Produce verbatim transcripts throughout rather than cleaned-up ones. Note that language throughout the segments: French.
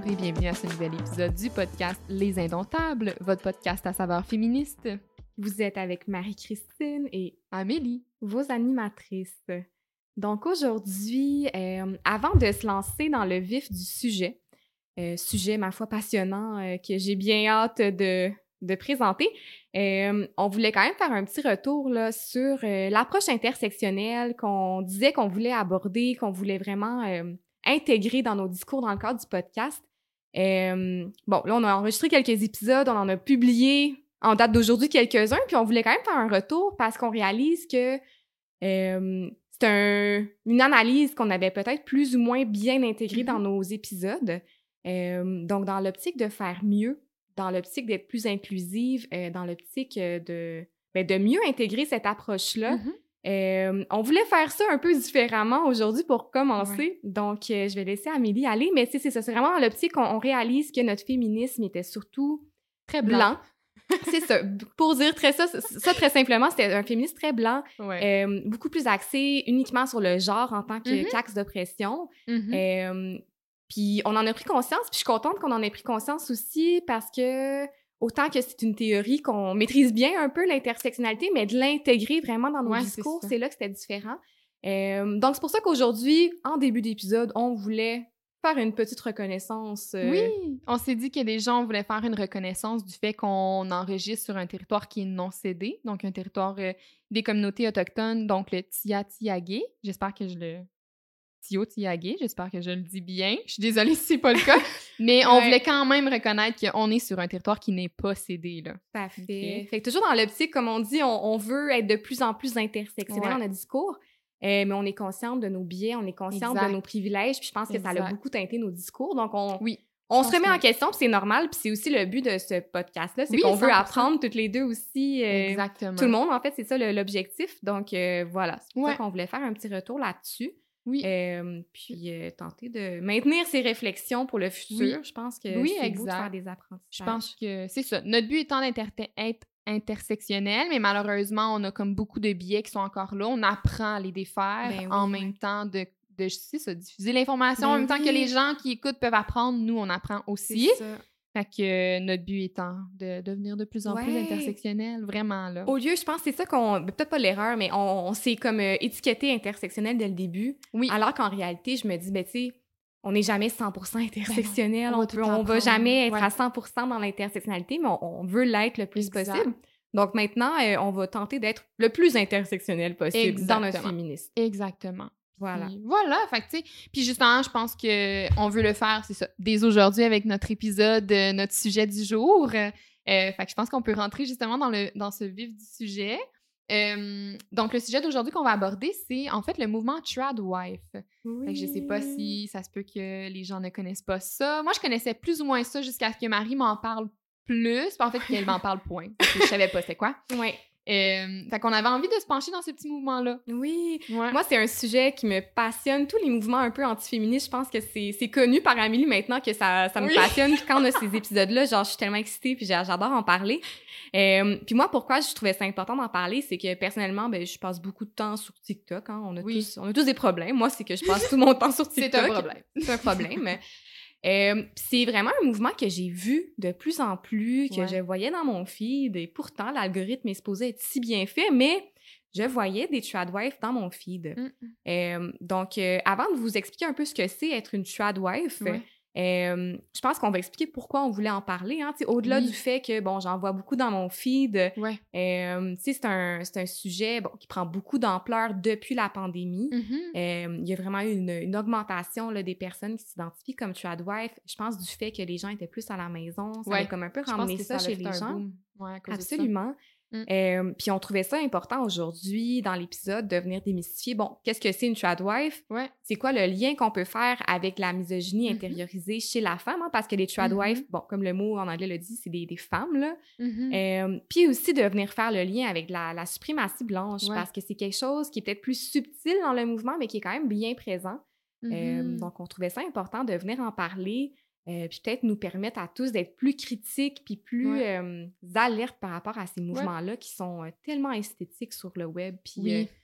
Bonjour et bienvenue à ce nouvel épisode du podcast Les Indomptables, votre podcast à saveur féministe. Vous êtes avec Marie-Christine et Amélie, vos animatrices. Donc aujourd'hui, euh, avant de se lancer dans le vif du sujet, euh, sujet ma foi passionnant euh, que j'ai bien hâte de, de présenter, euh, on voulait quand même faire un petit retour là, sur euh, l'approche intersectionnelle qu'on disait qu'on voulait aborder, qu'on voulait vraiment euh, intégrer dans nos discours dans le cadre du podcast. Euh, bon, là, on a enregistré quelques épisodes, on en a publié en date d'aujourd'hui quelques-uns, puis on voulait quand même faire un retour parce qu'on réalise que euh, c'est un, une analyse qu'on avait peut-être plus ou moins bien intégrée mm-hmm. dans nos épisodes. Euh, donc, dans l'optique de faire mieux, dans l'optique d'être plus inclusive, euh, dans l'optique de, ben, de mieux intégrer cette approche-là, mm-hmm. euh, on voulait faire ça un peu différemment aujourd'hui pour commencer. Ouais. Donc, euh, je vais laisser Amélie aller, mais c'est ça, c'est vraiment dans l'optique qu'on on réalise que notre féminisme était surtout très blanc. blanc. C'est ça. Pour dire très ça, ça très simplement, c'était un féminisme très blanc, ouais. euh, beaucoup plus axé uniquement sur le genre en tant que mm-hmm. qu'axe d'oppression. Mm-hmm. Euh, puis on en a pris conscience, puis je suis contente qu'on en ait pris conscience aussi parce que autant que c'est une théorie qu'on maîtrise bien un peu l'intersectionnalité, mais de l'intégrer vraiment dans nos ouais, discours, c'est, c'est là que c'était différent. Euh, donc c'est pour ça qu'aujourd'hui, en début d'épisode, on voulait faire une petite reconnaissance. Euh... Oui, on s'est dit que les gens voulaient faire une reconnaissance du fait qu'on enregistre sur un territoire qui est non cédé, donc un territoire euh, des communautés autochtones, donc le Tía-Tía-Ké. J'espère que je le... Tio-Tía-Ké, j'espère que je le dis bien. Je suis désolée si c'est pas le cas, mais on ouais. voulait quand même reconnaître qu'on est sur un territoire qui n'est pas cédé, là. Parfait. Okay. Fait que toujours dans l'optique, comme on dit, on, on veut être de plus en plus intersectionnel ouais. dans notre discours. Euh, mais on est consciente de nos biais, on est consciente exact. de nos privilèges, puis je pense que exact. ça a beaucoup teinté nos discours. Donc, on, oui, on se remet que... en question, puis c'est normal, puis c'est aussi le but de ce podcast-là, c'est oui, qu'on cent pour cent. Veut apprendre toutes les deux aussi. Euh, Exactement. Tout le monde, en fait, c'est ça le, l'objectif. Donc, euh, voilà, c'est pour ouais. ça qu'on voulait faire un petit retour là-dessus. Oui. Euh, puis euh, tenter de maintenir ces réflexions pour le futur. Oui. Je pense que oui, c'est exact. beau de faire des apprentissages. Je pense que c'est ça. Notre but étant d'être intersectionnel, mais malheureusement, on a comme beaucoup de biais qui sont encore là. On apprend à les défaire ben oui, en oui. même temps de, de je sais ça, diffuser l'information, ben en même oui. temps que les gens qui écoutent peuvent apprendre, nous, on apprend aussi. C'est ça. Fait que euh, notre but étant de devenir de plus en ouais. plus intersectionnel, vraiment, là. Au lieu, je pense que c'est ça qu'on... Peut-être pas l'erreur, mais on, on s'est comme euh, étiqueté intersectionnel dès le début. Oui. Alors qu'en réalité, je me dis, ben tu sais, on n'est jamais cent pour cent intersectionnel. Ben, on on, on va jamais être ouais. à cent pour cent dans l'intersectionnalité, mais on, on veut l'être le plus exact. possible. Donc maintenant, euh, on va tenter d'être le plus intersectionnel possible Exactement. dans notre féminisme. Exactement. Voilà. Puis, voilà, fait que tu sais, puis justement, je pense que on veut le faire, c'est ça, dès aujourd'hui avec notre épisode, euh, notre sujet du jour. Euh, fait que je pense qu'on peut rentrer justement dans le dans ce vif du sujet. Euh, donc, le sujet d'aujourd'hui qu'on va aborder, c'est en fait le mouvement Tradwife. Oui. Fait que je sais pas si ça se peut que les gens ne connaissent pas ça. Moi, je connaissais plus ou moins ça jusqu'à ce que Marie m'en parle plus. Puis en fait, qu'elle m'en parle point. Parce que je savais pas c'était quoi. Oui. Euh, fait qu'on avait envie de se pencher dans ce petit mouvement-là. Oui. Ouais. Moi, c'est un sujet qui me passionne. Tous les mouvements un peu antiféministes, je pense que c'est, c'est connu par Amélie maintenant que ça, ça me oui. passionne. Puis quand on a ces épisodes-là, genre, je suis tellement excitée puis j'adore en parler. Euh, puis moi, pourquoi je trouvais ça important d'en parler, c'est que personnellement, ben, je passe beaucoup de temps sur TikTok. Hein. On a oui. tous, on a tous des problèmes. Moi, c'est que je passe tout mon temps sur TikTok. C'est un problème. C'est un problème. Euh, c'est vraiment un mouvement que j'ai vu de plus en plus, que ouais. je voyais dans mon feed, et pourtant, l'algorithme est supposé être si bien fait, mais je voyais des tradwives dans mon feed. Mm. Euh, donc, euh, avant de vous expliquer un peu ce que c'est être une tradwife, ouais. Euh, je pense qu'on va expliquer pourquoi on voulait en parler. Hein, au-delà oui. du fait que, bon, j'en vois beaucoup dans mon feed, ouais. euh, c'est un, c'est un sujet bon, qui prend beaucoup d'ampleur depuis la pandémie. Mm-hmm. Euh, il y a vraiment eu une, une augmentation là, des personnes qui s'identifient comme tradwife. Je pense du fait que les gens étaient plus à la maison. Ça ouais. a comme un peu ramené ça, ça chez les gens. Ouais, Absolument. Mm. Euh, puis on trouvait ça important aujourd'hui dans l'épisode de venir démystifier, bon, qu'est-ce que c'est une tradwife? Ouais. C'est quoi le lien qu'on peut faire avec la misogynie mm-hmm. intériorisée chez la femme? Hein, parce que les tradwives, mm-hmm. bon, comme le mot en anglais le dit, c'est des, des femmes, là. Mm-hmm. Euh, puis aussi de venir faire le lien avec la, la suprématie blanche, ouais. parce que c'est quelque chose qui est peut-être plus subtil dans le mouvement, mais qui est quand même bien présent. Mm-hmm. Euh, donc on trouvait ça important de venir en parler. Euh, puis peut-être nous permettre à tous d'être plus critiques puis plus ouais. euh, alertes par rapport à ces mouvements-là ouais. qui sont euh, tellement esthétiques sur le web. Puis oui. euh,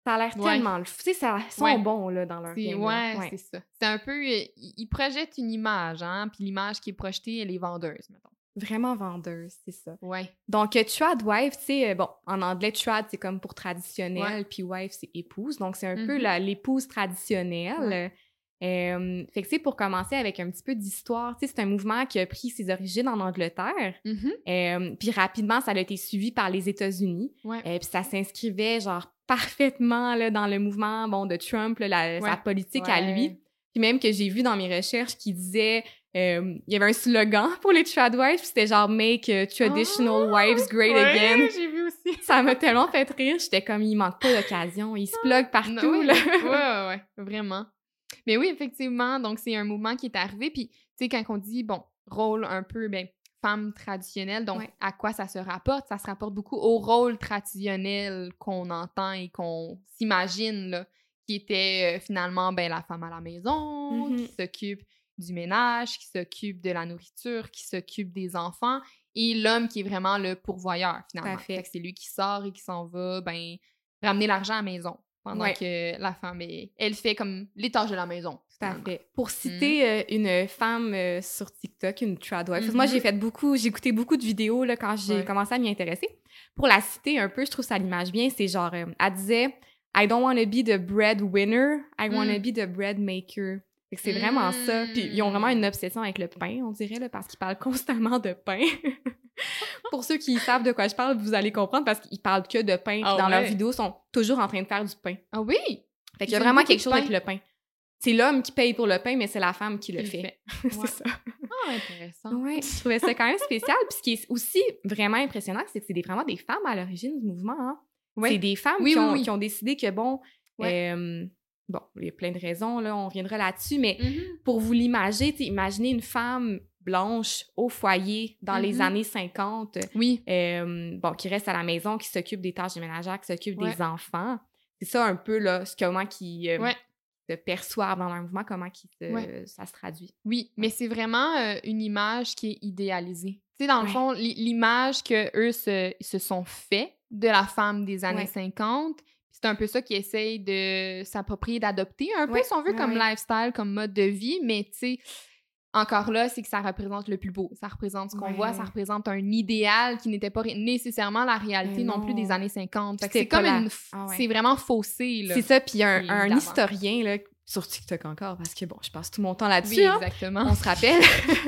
Ça a l'air Ouais. tellement... Tu sais, ça- ils sont Ouais. bons, là, dans leur C'est, game. ouais, là. c'est ça. C'est un peu... euh, Ils ils projettent une image, hein, puis l'image qui est projetée, elle est vendeuse, mettons. Vraiment vendeuse, c'est ça. Ouais. Donc, euh, trad wife, tu sais, euh, bon, en anglais, trad, c'est comme pour traditionnel, Ouais. puis wife, c'est épouse. Donc, c'est un Mhm. peu la- l'épouse traditionnelle. Ouais. Euh, fait que, tu sais, pour commencer avec un petit peu d'histoire, tu sais, c'est un mouvement qui a pris ses origines en Angleterre. Mhm. Euh, puis rapidement, ça a été suivi par les États-Unis. Ouais. Euh, puis ça s'inscrivait, genre, parfaitement là, dans le mouvement, bon, de Trump, là, la- Ouais. sa politique à Ouais. lui. Puis même que j'ai vu dans mes recherches qui disait... Euh, il y avait un slogan pour les trad wives, puis c'était genre « Make uh, traditional Ah! wives great Ouais, again j'ai vu aussi. ». Ça m'a tellement fait rire. J'étais comme « Il manque pas d'occasion. Il se plug partout. Non, oui. là. ouais, ouais, ouais, vraiment. Mais oui, effectivement, donc c'est un mouvement qui est arrivé. Puis, tu sais, quand on dit, bon, rôle un peu, ben, femme traditionnelle, donc Ouais. à quoi ça se rapporte? Ça se rapporte beaucoup au rôle traditionnel qu'on entend et qu'on s'imagine, là, qui était euh, finalement, ben, la femme à la maison, Mhm. qui s'occupe du ménage, qui s'occupe de la nourriture, qui s'occupe des enfants, et l'homme qui est vraiment le pourvoyeur, finalement. Tout à fait. Fait que c'est lui qui sort et qui s'en va, ben, ramener l'argent à la maison. Pendant Ouais. que la femme, est, elle fait comme les tâches de la maison. Tout à finalement. fait. Pour citer euh, une femme euh, sur TikTok, une trad wife, Mhm. moi, j'ai fait beaucoup, j'ai écouté beaucoup de vidéos là, quand j'ai Ouais. commencé à m'y intéresser. Pour la citer un peu, je trouve ça l'image bien, c'est genre, euh, elle disait « I don't want to be the breadwinner, I want to Mm. be the bread maker ». Fait que c'est vraiment ça. Puis ils ont vraiment Mm. une obsession avec le pain, on dirait, là, parce qu'ils parlent constamment de pain. Pour ceux qui savent de quoi je parle, vous allez comprendre parce qu'ils parlent que de pain. Puis Ah dans leurs ouais? vidéos, ils sont toujours en train de faire du pain. Ah oui? Fait qu'il y Ils a font vraiment beaucoup quelque de chose pain. avec le pain. C'est l'homme qui paye pour le pain, mais c'est la femme qui le Il fait. fait. c'est Ouais. ça. Ah, intéressant. Ouais, je trouvais ça quand même spécial. Puis ce qui est aussi vraiment impressionnant, c'est que c'est des, vraiment des femmes à l'origine du mouvement. Hein. Ouais. C'est des femmes Oui, qui, oui, ont, oui. qui ont décidé que, bon, Ouais. euh, bon, il y a plein de raisons, là, on reviendra là-dessus, mais Mhm. pour vous l'imager, tu sais, imaginez une femme blanche au foyer dans les Mhm. années cinquante, Oui. euh, bon, qui reste à la maison, qui s'occupe des tâches ménagères, qui s'occupe Ouais. des enfants. C'est ça un peu, là, ce- comment qui euh, Ouais. se perçoivent dans leur mouvement, comment qui se- Ouais. ça se traduit. Oui, mais c'est vraiment euh, une image qui est idéalisée. Tu sais, dans le Ouais. fond, l'i- l'image que eux se, se sont fait de la femme des années Ouais. cinquante, c'est un peu ça qu'ils essayent de s'approprier, d'adopter un peu, Ouais, si on veut, ouais, comme ouais. lifestyle, comme mode de vie, mais tu sais, encore là, c'est que ça représente le plus beau. Ça représente ce qu'on Ouais. voit, ça représente un idéal qui n'était pas ré- nécessairement la réalité Mais non. plus non. des années cinquante. Fait que C'était c'est comme pas la- une... f- Ah ouais. C'est vraiment faussé, là. C'est ça, puis un, qui est un d'avant. historien, là, sur TikTok encore, parce que, bon, je passe tout mon temps là-dessus, Oui, hein, exactement. on se rappelle.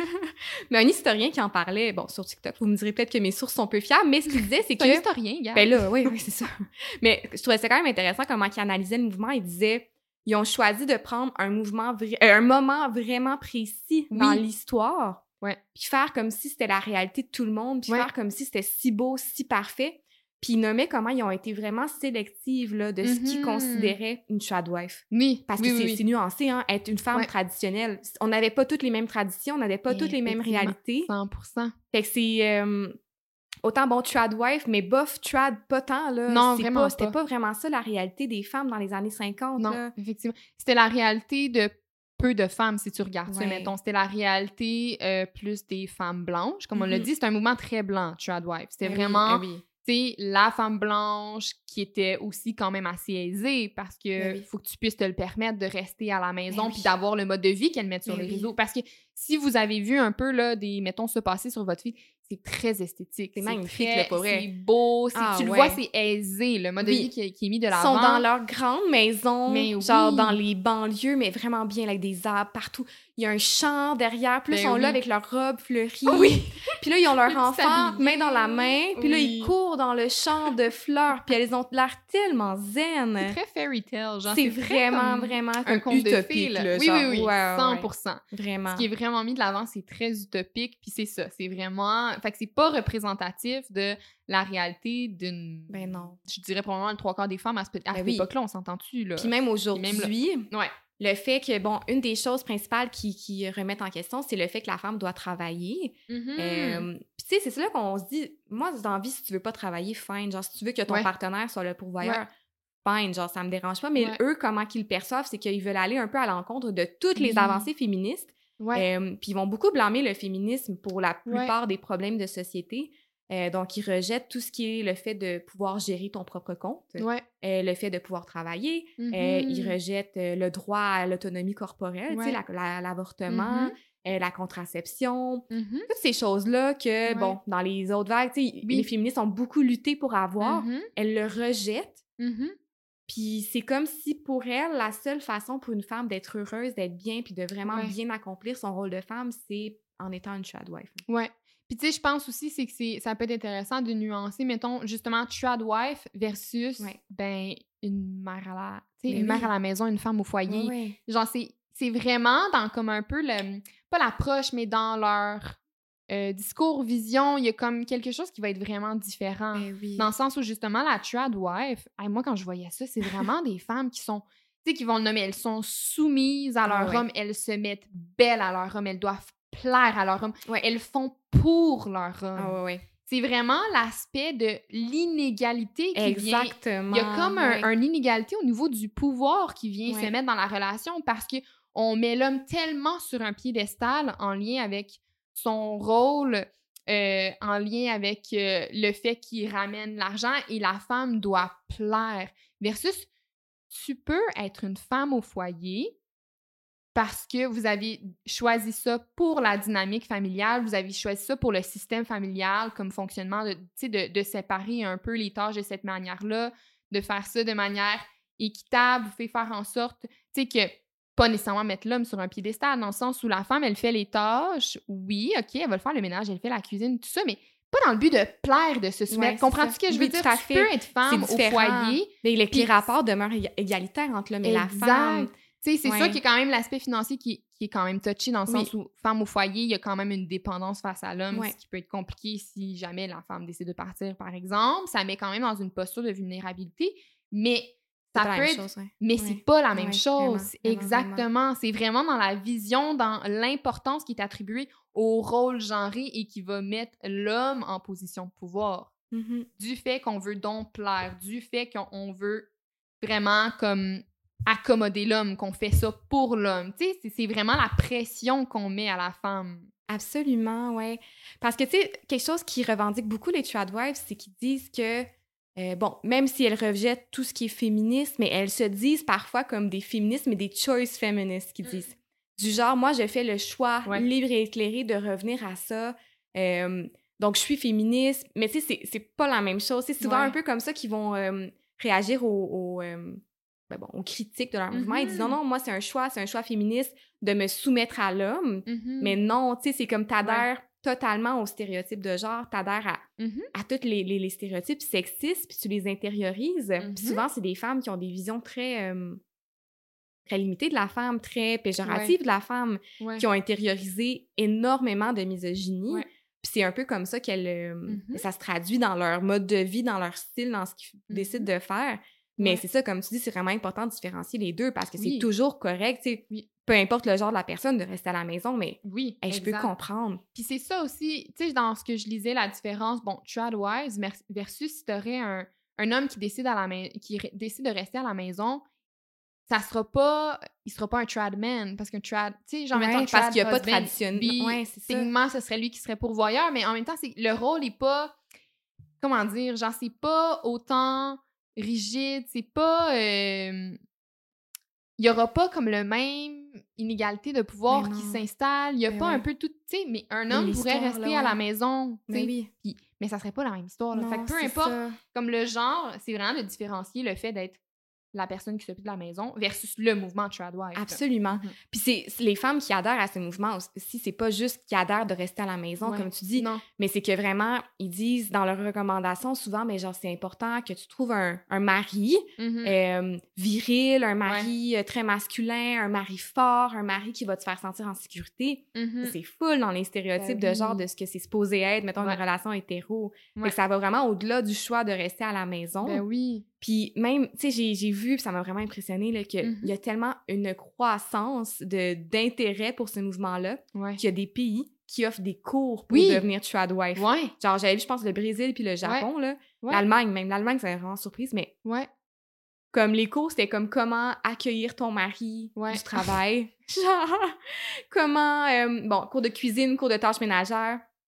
Mais un historien qui en parlait, bon, sur TikTok, vous me direz peut-être que mes sources sont peu fiables, mais ce qu'il disait, c'est C'est un que... historien, gars. Ben là, oui, oui, c'est ça. Mais je trouvais ça quand même intéressant comment il analysait le mouvement. Il disait, ils ont choisi de prendre un mouvement, vra- euh, un moment vraiment précis Oui. dans l'histoire, Ouais. puis faire comme si c'était la réalité de tout le monde, puis Ouais. faire comme si c'était si beau, si parfait. Puis il nommait comment ils ont été vraiment sélectives là, de ce qu'ils Mhm. considéraient une trad wife. Oui, Parce oui, que oui, c'est oui. c'est nuancé, hein, être une femme Ouais. traditionnelle. On n'avait pas toutes les mêmes traditions, on n'avait pas toutes les mêmes Effectivement, réalités. cent pour cent. Fait que c'est euh, autant bon trad wife, mais bof trad pas tant là. Non, C'est vraiment pas, C'était pas. pas vraiment ça la réalité des femmes dans les années cinquante. Non, Là. effectivement. C'était la réalité de peu de femmes, si tu regardes ça, Ouais. mettons. C'était la réalité euh, plus des femmes blanches. Comme on l'a Mhm. dit, c'est un mouvement très blanc, trad wife. C'était Eh oui, vraiment... eh oui. tu sais, la femme blanche qui était aussi quand même assez aisée parce que Ben oui. faut que tu puisses te le permettre de rester à la maison Ben puis oui. d'avoir le mode de vie qu'elle met sur Ben les oui. réseaux. Parce que si vous avez vu un peu, là, des, mettons, se passer sur votre fille, c'est très esthétique. C'est magnifique, très- là, pour vrai. C'est beau, c'est- Ah, tu le ouais. vois, c'est aisé. Le mode de Oui. vie qui, est- qui est mis de Ils l'avant. sont dans leur grande maison, Mais genre oui. dans les banlieues, mais vraiment bien, avec des arbres partout. Il y a un champ derrière, puis là, ils Ben sont oui. là avec leur robe fleurie. Oui. Puis là, ils ont leur Ils enfant, s'habillent. main dans la main, puis là, Oui. ils courent dans le champ de fleurs, puis elles ont l'air tellement zen. C'est très fairy tale. genre, C'est très vraiment, comme vraiment un comme conte de utopique, fées. là. là, Oui, genre, oui, oui, ouais, ouais, cent ouais. pour cent. Vraiment. Ce qui est vraiment mis de l'avant, c'est très utopique, puis c'est ça, c'est vraiment... Fait que c'est pas représentatif de la réalité d'une... Ben non. Je dirais probablement le trois quarts des femmes à, ce- à Ben cette oui. époque-là, on s'entend-tu, là? Puis même aujourd'hui, Ouais. le fait que, bon, une des choses principales qui, qui remettent en question, c'est le fait que la femme doit travailler. Mhm. Euh, Puis tu sais, c'est ça là qu'on se dit, moi, dans la vie, si tu veux pas travailler, fine. Genre, si tu veux que ton Ouais. partenaire soit le pourvoyeur, fine, genre, ça me dérange pas. Mais Ouais. eux, comment qu'ils le perçoivent, c'est qu'ils veulent aller un peu à l'encontre de toutes les Oui. avancées féministes. Ouais. Euh, Puis ils vont beaucoup blâmer le féminisme pour la plupart des problèmes de société. Euh, donc, il rejette tout ce qui est le fait de pouvoir gérer ton propre compte, Ouais. euh, le fait de pouvoir travailler. Mm-hmm. Euh, il rejette euh, le droit à l'autonomie corporelle, Ouais. tu sais, la, la, l'avortement, Mm-hmm. euh, la contraception, Mm-hmm. toutes ces choses-là que, Ouais. bon, dans les autres vagues, tu sais, Oui. les féministes ont beaucoup lutté pour avoir. Mm-hmm. Elles le rejettent. Mm-hmm. Puis c'est comme si, pour elle, la seule façon pour une femme d'être heureuse, d'être bien, puis de vraiment Ouais. bien accomplir son rôle de femme, c'est en étant une tradwife. Ouais. Puis tu sais, je pense aussi c'est que c'est ça peut être intéressant de nuancer, mettons, justement, tradwife versus, ouais. ben, une mère à la... Tu sais, Mais une oui. mère à la maison, une femme au foyer. Ouais, ouais. Genre, c'est, c'est vraiment dans comme un peu le... Pas l'approche, mais dans leur euh, discours, vision, il y a comme quelque chose qui va être vraiment différent. Ben oui. Dans le sens où, justement, la tradwife, hey, moi, quand je voyais ça, c'est vraiment des femmes qui sont... Tu sais, qui vont le nommer, elles sont soumises à leur Ah ouais. homme, elles se mettent belles à leur homme, elles doivent plaire à leur homme. Ouais. Elles font pour leur homme. Ah ouais, ouais. C'est vraiment l'aspect de l'inégalité qui Exactement. vient... Il y a comme un, ouais. une inégalité au niveau du pouvoir qui vient Ouais. se mettre dans la relation parce qu'on met l'homme tellement sur un piédestal en lien avec son rôle, euh, en lien avec euh, le fait qu'il ramène l'argent et la femme doit plaire. Versus, tu peux être une femme au foyer parce que vous avez choisi ça pour la dynamique familiale, vous avez choisi ça pour le système familial comme fonctionnement, de, de, de séparer un peu les tâches de cette manière-là, de faire ça de manière équitable, vous faites faire en sorte, tu sais, que pas nécessairement mettre l'homme sur un piédestal, dans le sens où la femme, elle fait les tâches, oui, OK, elle va le faire le ménage, elle fait la cuisine, tout ça, mais pas dans le but de plaire, de se soumettre. Ouais, Comprends-tu ce que je veux oui, dire? Tout à Tu fait. peux être femme au foyer. Mais les, puis... les rapports demeurent égalitaires entre l'homme et la exact. femme. Tu sais, c'est ouais. sûr qu'il y a quand même l'aspect financier qui, qui est quand même touché dans le oui. sens où, femme au foyer, il y a quand même une dépendance face à l'homme, ouais. ce qui peut être compliqué si jamais la femme décide de partir, par exemple. Ça met quand même dans une posture de vulnérabilité, mais ça c'est peut être... chose, ouais. Mais ouais. c'est pas la même ouais, chose. Vraiment, Exactement. Vraiment. C'est vraiment dans la vision, dans l'importance qui est attribuée au rôle genré et qui va mettre l'homme en position de pouvoir. Mm-hmm. Du fait qu'on veut donc plaire, du fait qu'on veut vraiment comme... accommoder l'homme, qu'on fait ça pour l'homme. Tu sais, c'est, c'est vraiment la pression qu'on met à la femme. Absolument, ouais. Parce que, tu sais, quelque chose qui revendique beaucoup les tradwives, c'est qu'ils disent que, euh, bon, même si elles rejettent tout ce qui est féministe, mais elles se disent parfois comme des féministes, mais des choice féministes, qu'ils disent. Du genre, moi, je fais le choix ouais. libre et éclairé de revenir à ça. Euh, donc, je suis féministe, mais tu sais, c'est, c'est pas la même chose. C'est souvent ouais. un peu comme ça qu'ils vont euh, réagir aux... aux euh, Ben bon, aux critiques de leur mouvement. Mm-hmm. Ils disent non, non, moi, c'est un choix, c'est un choix féministe de me soumettre à l'homme. Mm-hmm. Mais non, tu sais, c'est comme t'adhères ouais. totalement aux stéréotypes de genre, t'adhères à, mm-hmm. à tous les, les, les stéréotypes sexistes, puis tu les intériorises. Mm-hmm. Puis souvent, c'est des femmes qui ont des visions très, euh, très limitées de la femme, très péjoratives ouais. de la femme, ouais. qui ont intériorisé énormément de misogynie. Ouais. Puis c'est un peu comme ça qu'elles, euh, mm-hmm. ça se traduit dans leur mode de vie, dans leur style, dans ce qu'ils mm-hmm. décident de faire. Mais ouais. c'est ça, comme tu dis, c'est vraiment important de différencier les deux parce que oui. c'est toujours correct, tu sais. Oui. Peu importe le genre de la personne, de rester à la maison, mais oui, hey, je peux comprendre. Puis c'est ça aussi, tu sais, dans ce que je lisais, la différence, bon, tradwives versus si t'aurais un, un homme qui décide, à la ma- qui re- décide de rester à la maison, ça sera pas, il sera pas un tradman, parce qu'un trad, tu sais, genre, ouais, mettons, parce qu'il n'y a pas de tradition. Ouais, c'est ça. Techniquement, ce serait lui qui serait pourvoyeur, mais en même temps, c'est, le rôle est pas, comment dire, genre, c'est pas autant rigide, c'est pas... Euh, il n'y aura pas comme le même inégalité de pouvoir qui s'installe. Il n'y a mais pas ouais. un peu tout... Tu sais, mais un homme pourrait rester là, ouais. à la maison. Mais, oui. Pis, mais ça serait pas la même histoire. Là. Non, fait que peu importe, ça. Comme le genre, c'est vraiment de différencier le fait d'être la personne qui s'occupe de la maison versus le mouvement tradwife. Absolument. Mm-hmm. Puis c'est, c'est les femmes qui adhèrent à ce mouvement aussi, c'est pas juste qui adhèrent de rester à la maison, ouais. comme tu dis, non. mais c'est que vraiment, ils disent dans leurs recommandations souvent, mais genre, c'est important que tu trouves un, un mari mm-hmm. euh, viril, un mari ouais. très masculin, un mari fort, un mari qui va te faire sentir en sécurité. Mm-hmm. C'est full dans les stéréotypes ben, de genre oui. de ce que c'est supposé être, mettons, ouais. une relation hétéro. Ouais. Fait que ça va vraiment au-delà du choix de rester à la maison. Ben oui. Puis même, tu sais, j'ai, j'ai vu, puis ça m'a vraiment impressionné, là, qu'il mm-hmm. y a tellement une croissance de, d'intérêt pour ce mouvement-là ouais. qu'il y a des pays qui offrent des cours pour oui. devenir tradwife. Ouais. Genre, j'avais vu, je pense, le Brésil puis le Japon, ouais. là. Ouais. L'Allemagne, même. L'Allemagne, ça m'a vraiment surprise, mais... Ouais. Comme les cours, c'était comme comment accueillir ton mari ouais. du travail. Genre, comment... Euh, bon, cours de cuisine, cours de tâches ménagères.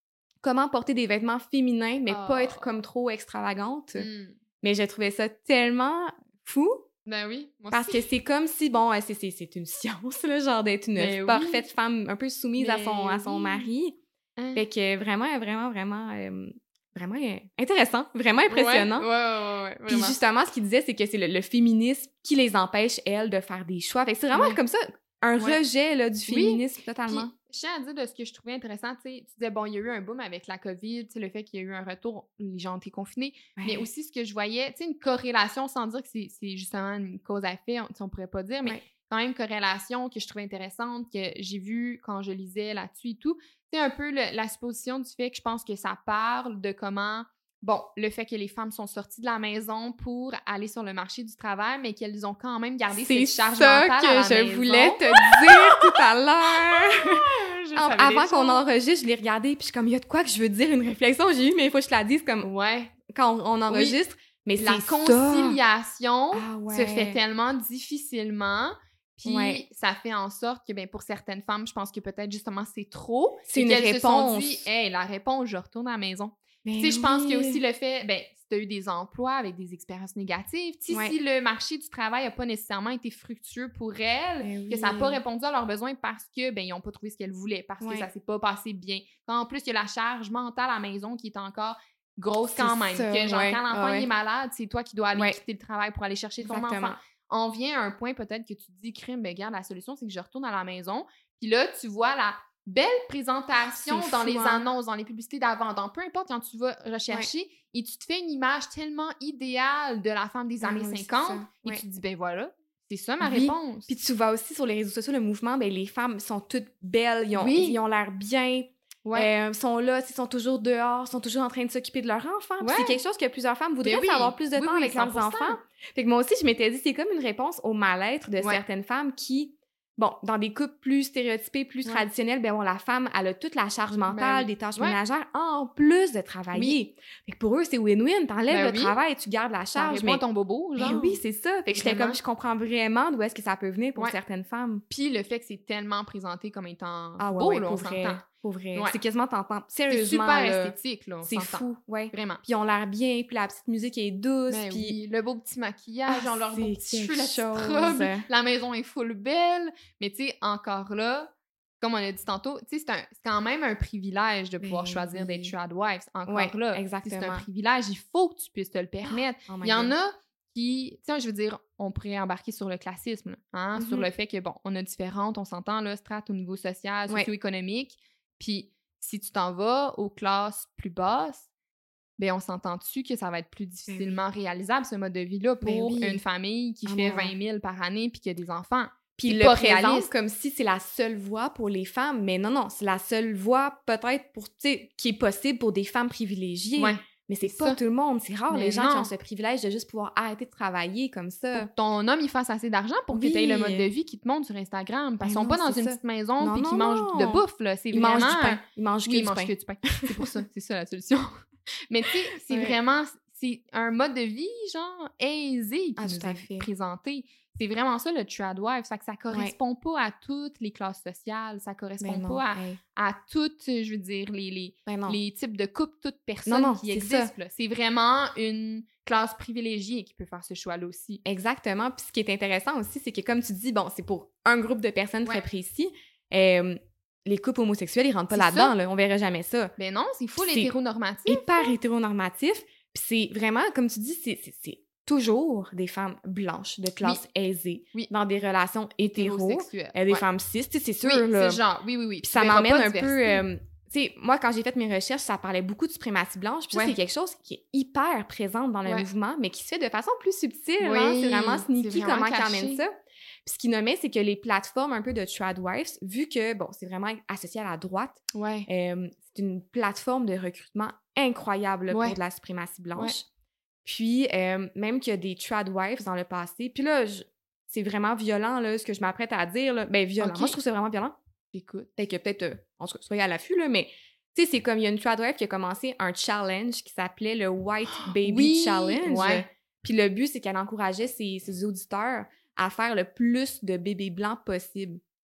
comment porter des vêtements féminins, mais Oh. pas être comme trop extravagante. Mm. Mais j'ai trouvé ça tellement fou. Ben oui, moi Parce aussi. que c'est comme si, bon, c'est, c'est, c'est une science, là, genre d'être une Ben parfaite oui. femme un peu soumise à son, à son Ben oui. mari. Hein? Fait que vraiment, vraiment, vraiment, euh, vraiment euh, intéressant, vraiment impressionnant. Ouais, ouais, ouais, ouais, Puis vraiment. justement, ce qu'il disait, c'est que c'est le, le féminisme qui les empêche, elles, de faire des choix. Fait que c'est vraiment Ouais. comme ça, un Ouais. rejet là, du Oui. féminisme Puis, totalement. je tiens à dire de ce que je trouvais intéressant, tu sais, tu disais, bon, il y a eu un boom avec la COVID, tu sais, le fait qu'il y a eu un retour, les gens ont été confinés, Ouais. mais aussi ce que je voyais, tu sais, une corrélation, sans dire que c'est, c'est justement une cause à effet, on, tu sais, on pourrait pas dire, mais Ouais. quand même une corrélation que je trouvais intéressante, que j'ai vue quand je lisais là-dessus et tout, c'est un peu le- la supposition du fait que je pense que ça parle de comment, bon, le fait que les femmes sont sorties de la maison pour aller sur le marché du travail, mais qu'elles ont quand même gardé C'est cette charge ça mentale que à la je maison. voulais te dire tout à l'heure. Je En- savais avant déjà. qu'on enregistre, je l'ai regardé, puis je suis comme, il y a de quoi que je veux dire, une réflexion que j'ai eue, mais il faut que je la dise comme Ouais. quand on, on enregistre. Mais La c'est ça. conciliation Ah ouais. se fait tellement difficilement, puis Ouais. ça fait en sorte que, ben, pour certaines femmes, je pense que peut-être justement c'est trop. C'est et une qu'elles se sont réponse. dit, hey, la réponse, je retourne à la maison. Mais Tu sais, je pense qu'il y a oui. aussi le fait, ben, si tu as eu des emplois avec des expériences négatives, tu sais, Ouais. si le marché du travail n'a pas nécessairement été fructueux pour elles, Ben que ça n'a oui. pas répondu à leurs besoins parce que, ben, ils n'ont pas trouvé ce qu'elles voulaient, parce Ouais. que ça s'est pas passé bien. Quand en plus, il y a la charge mentale à la maison qui est encore grosse C'est quand même. ça, Que genre, ouais. quand l'enfant Ah ouais. il est malade, c'est toi qui dois aller Ouais. quitter le travail pour aller chercher ton Exactement. enfant. On vient à un point peut-être que tu te dis, crime, ben, regarde, la solution, c'est que je retourne à la maison. Puis là, tu vois la belle présentation C'est dans fou, les hein? annonces, dans les publicités d'avant, dans peu importe quand tu vas rechercher, et tu te fais une image tellement idéale de la femme des Ben années oui, c'est cinquante, ça. et Ouais. tu te dis, ben voilà, c'est ça ma Oui. réponse. Puis tu vois aussi sur les réseaux sociaux, le mouvement, ben les femmes sont toutes belles, ils ont, Oui. ils ont l'air bien, Ouais. euh, sont là, ils sont toujours dehors, sont toujours en train de s'occuper de leurs enfants. Puis Ouais. c'est quelque chose que plusieurs femmes voudraient, Ben oui. c'est avoir plus de Oui, temps oui, avec leurs cent pour cent. enfants. Fait que moi aussi, je m'étais dit, c'est comme une réponse au mal-être de Ouais. certaines femmes qui, bon, dans des couples plus stéréotypés, plus Ouais. traditionnels, ben bon, la femme, elle a toute la charge mentale, Ben oui. des tâches Ouais. ménagères, en plus de travailler. Fait que pour eux, c'est win-win. T'enlèves Ben le oui. travail, tu gardes la Ça charge, répond mais... à ton bobo, genre. Ben oui, c'est ça. Fait que j'étais Vraiment. comme, je comprends vraiment d'où est-ce que ça peut venir pour Ouais. certaines femmes. Puis le fait que c'est tellement présenté comme étant Ah ouais, beau, ouais, là, on pour vrai. s'entend. Pour vrai. Ouais. C'est quasiment tentant. C'est Sérieusement, super là, esthétique, là, on c'est s'entend. fou, ouais. Vraiment. Puis ils ont l'air bien, puis la petite musique est douce, Ben puis... oui, le beau petit maquillage, Ah, genre leurs beaux c'est petits quelque cheveux, la petite chose. robe, la maison est full belle. Mais tu sais, encore là, comme on a dit tantôt, tu sais, c'est, un- c'est quand même un privilège de pouvoir Ben choisir oui. d'être tradwives. Encore Ouais, là, exactement. c'est un privilège, il faut que tu puisses te le permettre. Oh my Il y en God. a qui, tu sais, je veux dire, on pourrait embarquer sur le classisme, là, hein, Mhm. sur le fait que, bon, on a différentes, on s'entend, là, strates au niveau social, Ouais. socio-économique. Puis si tu t'en vas aux classes plus basses, ben on s'entend dessus que ça va être plus difficilement réalisable, ce mode de vie-là, Ben pour oui. une famille qui Ah fait non. vingt mille par année puis qui a des enfants. Puis c'est le pas présente réaliste. comme si c'est la seule voie pour les femmes. Mais non, non, c'est la seule voie peut-être pour, tu sais, qui est possible pour des femmes privilégiées. Ouais. Mais c'est c'est pas ça. tout le monde. C'est rare Mais les gens non. qui ont ce privilège de juste pouvoir arrêter de travailler comme ça. Pour que ton homme il fasse assez d'argent pour que Oui. tu aies le mode de vie qui te montre sur Instagram. Parce qu'ils Ben sont pas non, dans c'est une ça. petite maison Non, puis non, qu'ils mangent non. de bouffe, là. C'est Ils vraiment... mangent du pain. Ils mangent que Oui, ils du mangent pain. que du pain. C'est pour ça. C'est ça la solution. Mais tu sais, c'est Ouais. vraiment... C'est un mode de vie, genre, aisé qui Ah, nous tout à est fait. présenté. C'est vraiment ça, le tradwife. Ça fait que ça correspond pas à toutes les classes sociales. Ça correspond Ben non, pas à, hey. à toutes, je veux dire, les... les Ben non. les types de couples, toutes personnes Non, non, qui c'est existent. ça. là. C'est vraiment une classe privilégiée qui peut faire ce choix-là aussi. Exactement. Puis ce qui est intéressant aussi, c'est que comme tu dis, bon, c'est pour un groupe de personnes Ouais. très précis. Euh, les couples homosexuels, ils rentrent pas C'est là-dedans. ça. Là. On verrait jamais ça. Ben non, c'est fou C'est l'hétéronormatif. Hyper hétéronormatif. Puis c'est vraiment, comme tu dis, c'est, c'est, c'est toujours des femmes blanches de classe aisée Oui. dans des relations hétéro. Hétérosexuel. Euh, des Ouais. femmes cis, tu sais, c'est sûr. Oui, là. c'est genre, oui, oui, oui. Puis Tu ça verras m'emmène pas un de peu... diversité. euh, tu sais, moi, quand j'ai fait mes recherches, ça parlait beaucoup de suprématie blanche. Puis ça, Ouais. c'est quelque chose qui est hyper présente dans le Ouais. mouvement, mais qui se fait de façon plus subtile. Oui, hein. C'est vraiment c'est sneaky vraiment comment ils caché. amènent ça. Puis ce qu'ils nommaient, c'est que les plateformes un peu de tradwives, vu que, bon, c'est vraiment associé à la droite, Ouais. euh, c'est une plateforme de recrutement incroyable là, Ouais. pour de la suprématie blanche. Ouais. Puis, euh, même qu'il y a des tradwives dans le passé. Puis là, je- c'est vraiment violent, là, ce que je m'apprête à dire. Là. Ben, violent. Ok. Moi, je trouve que c'est vraiment violent. Écoute. Fait que peut-être, euh, en tout cas, soyez à l'affût, là, mais tu sais, c'est comme il y a une tradwife qui a commencé un challenge qui s'appelait le White Baby Oui, Challenge. ouais. Puis le but, c'est qu'elle encourageait ses, ses auditeurs à faire le plus de bébés blancs possible.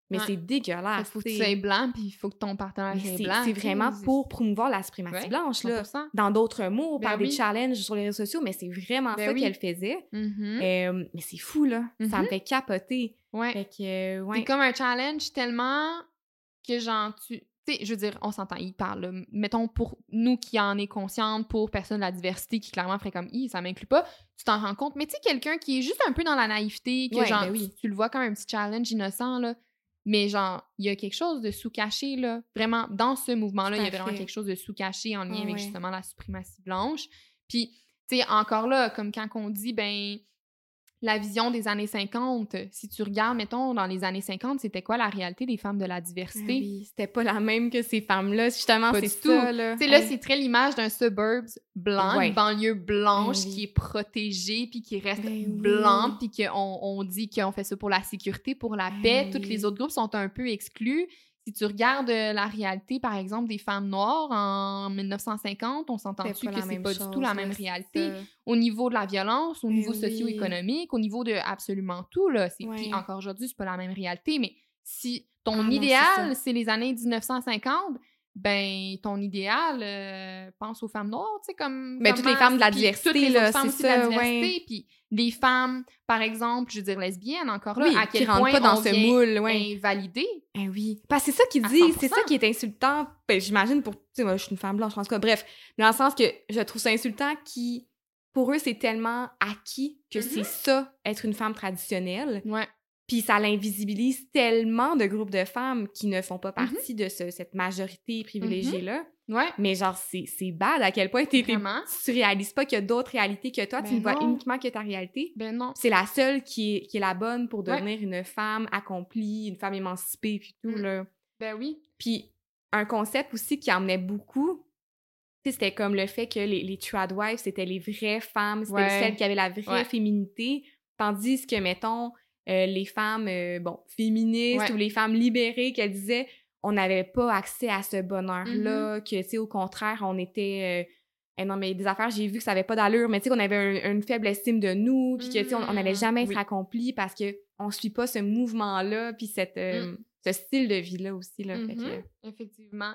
Mais Ouais. c'est dégueulasse. Faut que tu t'sais. sois blanc, puis il faut que ton partenaire Mais soit c'est, blanc. c'est tu sais, vraiment c'est- pour promouvoir la suprématie Ouais, blanche, là. cent pour cent. Dans d'autres mots, Ben par des oui. challenges sur les réseaux sociaux, mais c'est vraiment Ben ça oui. qu'elle faisait. Mhm. Euh, mais c'est fou, là. Ça Mhm. me fait capoter. Ouais. Fait que, euh, ouais. C'est comme un challenge tellement que genre, tu... Tu sais, je veux dire, on s'entend, il parle, là. Mettons, pour nous qui en est consciente, pour personne de la diversité qui clairement ferait comme « Hi, ça m'inclut pas », tu t'en rends compte. Mais tu sais, quelqu'un qui est juste un peu dans la naïveté, que Ouais, genre, ben oui. tu, tu le vois comme un petit challenge innocent, là. Mais genre, il y a quelque chose de sous-caché, là. Vraiment, dans ce mouvement-là, Tout il y à a vraiment fait. quelque chose de sous-caché en lien Ah avec ouais. justement la suprématie blanche. Puis, tu sais, encore là, comme quand on dit, ben... la vision des années cinquante, si tu regardes, mettons, dans les années cinquante, c'était quoi la réalité des femmes de la Ah diversité? oui, c'était pas la même que ces femmes-là. Justement, Pas c'est du ça, tout. là. Tu sais, là, Hey. c'est très l'image d'un suburbs blanc, Ouais. une banlieue blanche Ben oui. qui est protégée, puis qui reste Ben oui. blanc, puis qu'on on dit qu'on fait ça pour la sécurité, pour la Ben paix. oui. Tous les autres groupes sont un peu exclus. Si tu regardes euh, la réalité, par exemple, des femmes noires en dix-neuf cent cinquante, on s'entend-tu C'était pas que la c'est même pas du chose, tout la là, même c'est réalité? ça. Au niveau de la violence, au Ben niveau oui. socio-économique, au niveau de absolument tout, là. C'est... Ouais. Puis encore aujourd'hui, c'est pas la même réalité, mais si ton Ah non, c'est idéal, ça. c'est les années dix-neuf cent cinquante, ben ton idéal, euh, pense aux femmes noires, tu sais, comme... Ben, toutes les comment- femmes de la puis diversité, toutes les là, autres femmes c'est aussi de la ça, diversité, ouais. puis les femmes, par exemple, je veux dire lesbiennes, encore là, Oui, à qui quel rentrent point pas dans on ce vient moule, ouais. invalider. Eh oui. Parce que c'est ça qu'ils À disent, cent pour c'est ça cent. qui est insultant. Ben, j'imagine pour, tu sais, moi, je suis une femme blanche, en tout cas, bref. Mais dans le sens que je trouve ça insultant qui, pour eux, c'est tellement acquis que Mhm. c'est ça, être une femme traditionnelle. Ouais. Puis ça l'invisibilise tellement de groupes de femmes qui ne font pas Mhm. partie de ce- cette majorité privilégiée-là. Ouais. Mais genre, c'est, c'est bad à quel point t'es, t'es- Vraiment. tu réalises pas qu'il y a d'autres réalités que toi, tu Ben ne vois non. uniquement que ta réalité. Ben non. C'est la seule qui est, qui est la bonne pour Ouais. devenir une femme accomplie, une femme émancipée, puis tout, Mm. là. Ben oui. Puis un concept aussi qui emmenait beaucoup, tu sais, c'était comme le fait que les, les tradwives, c'était les vraies femmes, c'était Ouais. celles qui avaient la vraie Ouais. féminité, tandis que, mettons, euh, les femmes, euh, bon, féministes Ouais. ou les femmes libérées, qu'elles disaient, on n'avait pas accès à ce bonheur-là, Mm-hmm. que, tu sais, au contraire, on était... Euh, eh non, mais des affaires, j'ai vu que ça avait pas d'allure, mais tu sais, qu'on avait un- une faible estime de nous, puis que, tu sais, on on n'allait jamais être Oui. accompli parce que on suit pas ce mouvement-là, puis cette, euh, ce style de vie-là aussi, là. Fait Mhm. que... Effectivement.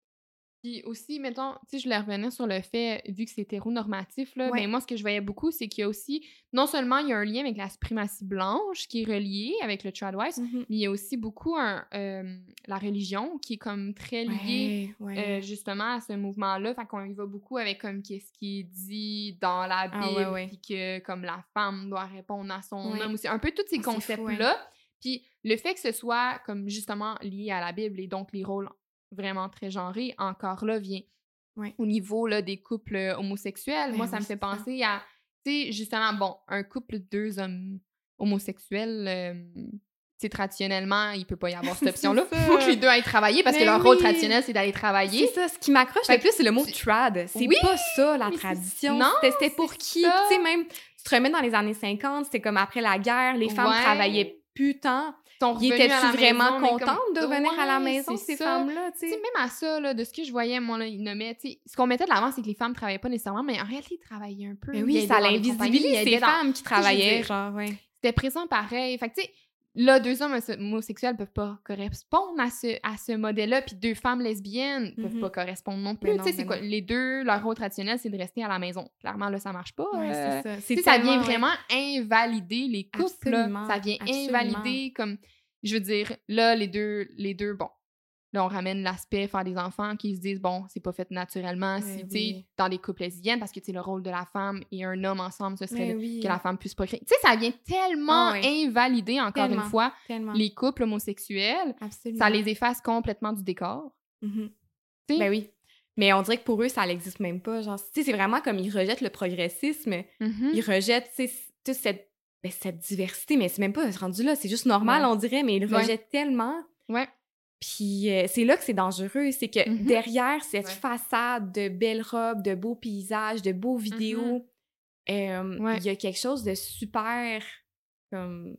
Puis aussi, mettons, tu sais, je voulais revenir sur le fait, vu que c'est hétéronormatif, là, Ouais. ben moi, ce que je voyais beaucoup, c'est qu'il y a aussi, non seulement il y a un lien avec la suprématie blanche qui est relié avec le tradwives, Mhm. mais il y a aussi beaucoup un, euh, la religion qui est comme très liée Ouais, ouais. euh, justement à ce mouvement-là. Fait qu'on y va beaucoup avec comme qu'est-ce qui est dit dans la Bible, Ah ouais, ouais. puis que comme la femme doit répondre à son Ouais. homme aussi. Un peu tous ces Oh, c'est fou, concepts-là. Puis le fait que ce soit comme justement lié à la Bible et donc les rôles vraiment très genrés, encore là, vient Ouais. au niveau là, des couples euh, homosexuels. Ben Moi, ça oui, me fait c'est ça. penser à, tu sais, justement, bon, un couple de deux hommes homosexuels, euh, tu sais, traditionnellement, il peut pas y avoir cette C'est option-là. ça. Il faut que les deux aillent travailler parce Mais que leur rôle oui. traditionnel, c'est d'aller C'est travailler. ça, ce qui m'accroche Fait le plus, c'est le mot tu- trad. C'est Oui, pas ça, la mais c'est- tradition. non, C'était c'était pour c'est qui? ça. Tu sais, même, tu te remets dans les années cinquante, c'était comme après la guerre, les femmes Ouais. travaillaient plus tant. Ils sont Ils revenus à la étaient-tu vraiment maison, mais contentes comme- de revenir à la Ouais, maison, c'est ces ça. femmes-là, tu Tu sais, sais? même à ça, là, de ce que je voyais, moi, là, ils nommaient, tu sais, ce qu'on mettait de l'avant, c'est que les femmes travaillaient pas nécessairement, mais en réalité, ils travaillaient un peu. Mais Ils oui, aidaient ça dans les compagnies, l'invisibilise ils ces aidaient dans- femmes qui Tu sais, je veux travaillaient, dire, genre, ouais. C'était présent pareil. Fait que, tu sais, là, deux hommes homosexuels peuvent pas correspondre à ce, à ce modèle-là, puis deux femmes lesbiennes peuvent Mhm. pas correspondre non plus. Ben Tu sais, non, c'est ben quoi? non. Les deux, leur rôle traditionnel, c'est de rester à la maison. Clairement, là, ça marche pas. Ouais, euh, c'est ça. Tu C'est sais, ça vient tellement, ouais. vraiment invalider les couples. là. Absolument, Ça vient absolument. invalider comme... Je veux dire, là, les deux, les deux, bon, là, on ramène l'aspect faire des enfants qui se disent, bon, c'est pas fait naturellement, si, Mais tu sais, oui. dans des couples lesbiennes, parce que, tu sais, le rôle de la femme et un homme ensemble, ce serait Mais de- oui. que la femme puisse procréer. Tu sais, ça vient tellement Ah ouais. invalider, encore Tellement. une fois, Tellement. les couples homosexuels. Absolument. Ça les efface complètement du décor. Mhm. Tu sais? Ben oui. Mais on dirait que pour eux, ça n'existe même pas. Genre, tu sais, c'est vraiment comme ils rejettent le progressisme. Mhm. Ils rejettent, tu sais, toute cette, ben, cette diversité. Mais c'est même pas rendu là. C'est juste normal, Ouais. on dirait, mais ils le Ouais. rejettent tellement. Ouais. Puis euh, c'est là que c'est dangereux. C'est que Mhm. derrière cette Ouais. façade de belles robes, de beaux paysages, de beaux vidéos, euh, il Ouais. y a quelque chose de super comme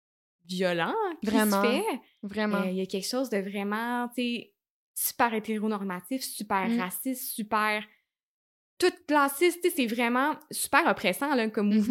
violent qui Vraiment. se fait. Vraiment. Euh, Il y a quelque chose de vraiment, tu sais, super hétéronormatif, super Mm. raciste, super... Tout classiste, tu sais, c'est vraiment super oppressant, là, comme Mhm. mouvement.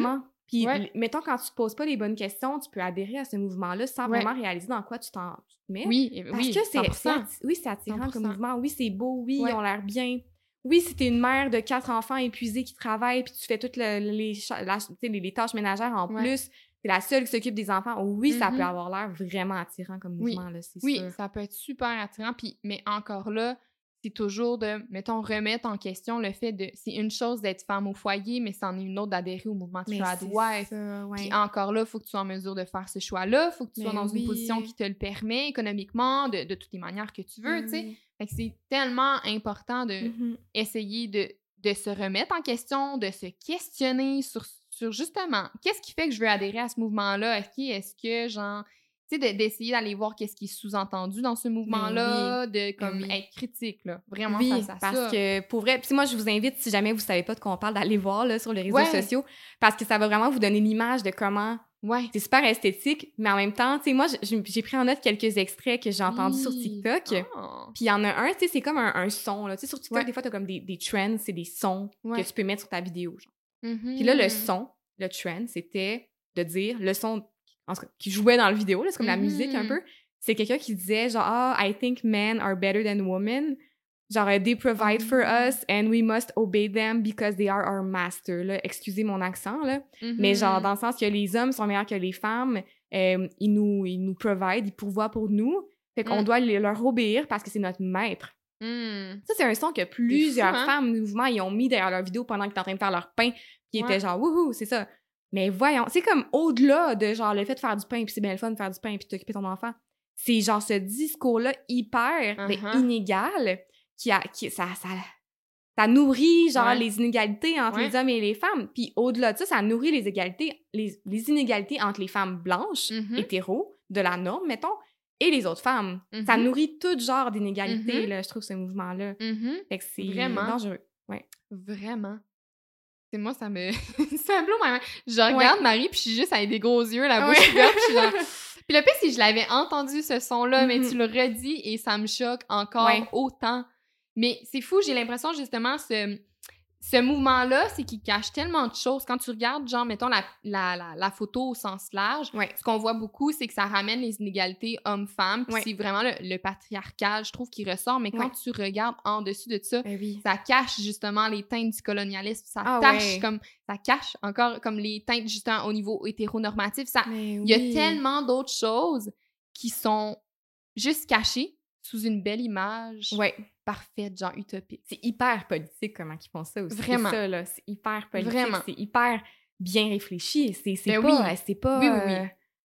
Puis, Ouais. l- mettons, quand tu te poses pas les bonnes questions, tu peux adhérer à ce mouvement-là sans Ouais. vraiment réaliser dans quoi tu t'en tu te mets. Oui, et- Parce oui, que c'est, cent pour c'est cent. atti- oui, c'est attirant cent pour comme cent. mouvement. Oui, c'est beau. Oui, Ouais. ils ont l'air bien. Oui, si t'es une mère de quatre enfants épuisés qui travaillent puis tu fais toutes le- les, cha- la- tu sais, les, les tâches ménagères en Ouais. plus, t'es la seule qui s'occupe des enfants. Oui, ça Mhm. peut avoir l'air vraiment attirant comme Oui. mouvement, là, c'est Oui, sûr. ça peut être super attirant. Puis, mais encore là, c'est toujours de, mettons, remettre en question le fait de... C'est une chose d'être femme au foyer, mais c'en est une autre d'adhérer au mouvement Mais c'est Tradwife. ça, ouais. Puis encore là, il faut que tu sois en mesure de faire ce choix-là. Il faut que tu Mais sois dans oui. une position qui te le permet économiquement, de, de toutes les manières que tu veux, Mais tu sais. oui. Fait que c'est tellement important de Mhm. essayer de, de se remettre en question, de se questionner sur, sur justement, qu'est-ce qui fait que je veux adhérer à ce mouvement-là? Est-ce que, est-ce que genre... Tu sais, de- d'essayer d'aller voir qu'est-ce qui est sous-entendu dans ce mouvement-là, de comme oui. être critique, là. Vraiment Oui, face à parce ça. que pour vrai, puis moi je vous invite, si jamais vous savez pas de quoi on parle, d'aller voir là, sur les réseaux Ouais. sociaux, parce que ça va vraiment vous donner l'image de comment Ouais. c'est super esthétique, mais en même temps, tu sais, moi j'ai j'ai pris en note quelques extraits que j'ai entendus sur Oui. TikTok. Ah. Puis il y en a un, tu sais, c'est comme un, un son, là. Tu sais, sur TikTok, Ouais. des fois, t'as comme des, des trends, c'est des sons Ouais. que tu peux mettre sur ta vidéo, genre. Mhm. Puis là, le son, le trend, c'était de dire, le son en tout cas, qui jouait dans la vidéo, là, c'est comme la Mhm. musique un peu, c'est quelqu'un qui disait genre, ah, I think men are better than women. Genre, they provide for Ah. us and we must obey them because they are our master. Là. Excusez mon accent, là. Mhm. Mais genre, dans le sens que les hommes sont meilleurs que les femmes, euh, ils, nous, ils nous provide, ils pourvoient pour nous. Fait qu'on Mm. doit les- leur obéir parce que c'est notre maître. Mm. Ça, c'est un son que plusieurs hein? femmes du mouvement, ils ont mis derrière leur vidéo pendant qu'ils étaient en train de faire leur pain. Puis ils Ouais. étaient genre, wouhou, c'est ça. Mais voyons, c'est comme au-delà de genre le fait de faire du pain, puis c'est bien le fun de faire du pain, puis de t'occuper de ton enfant. C'est genre ce discours-là hyper ben, Uh-huh. inégal qui a, qui, ça, ça, ça nourrit genre Ouais. les inégalités entre Ouais. les hommes et les femmes. Puis au-delà de ça, ça nourrit les égalités, les, les inégalités entre les femmes blanches, Mhm. hétéros, de la norme, mettons, et les autres femmes. Ça Mhm. nourrit tout genre d'inégalités, Mhm. là, je trouve, ce mouvement-là. Mhm. Fait que c'est Vraiment. dangereux. Vraiment. C'est moi, ça me... ça me blow my mind. Je regarde Marie, puis je suis juste avec des gros yeux, la bouche Ouais. ouverte, puis je suis genre... Puis le pire, c'est que je l'avais entendu, ce son-là, mais Mhm. tu le redis et ça me choque encore Ouais. autant. Mais c'est fou, j'ai l'impression, justement, ce... Ce mouvement-là, c'est qu'il cache tellement de choses. Quand tu regardes, genre, mettons, la, la, la, la photo au sens large, Ouais. ce qu'on voit beaucoup, c'est que ça ramène les inégalités hommes-femmes, puis Ouais. c'est vraiment le, le patriarcat, je trouve, qui ressort. Mais quand Ouais. tu regardes en dessus de ça, Ben oui. ça cache justement les teintes du colonialisme, ça Ah tâche ouais. comme ça cache encore comme les teintes justement au niveau hétéronormatif. Ça, Mais il y a oui. tellement d'autres choses qui sont juste cachées sous une belle image Ouais. parfaite, genre utopique. C'est hyper politique comment ils font ça aussi. Vraiment. C'est ça, là. C'est hyper politique. Vraiment. C'est hyper bien réfléchi. C'est c'est Ben pas... oui. C'est pas... Oui, oui, oui. euh,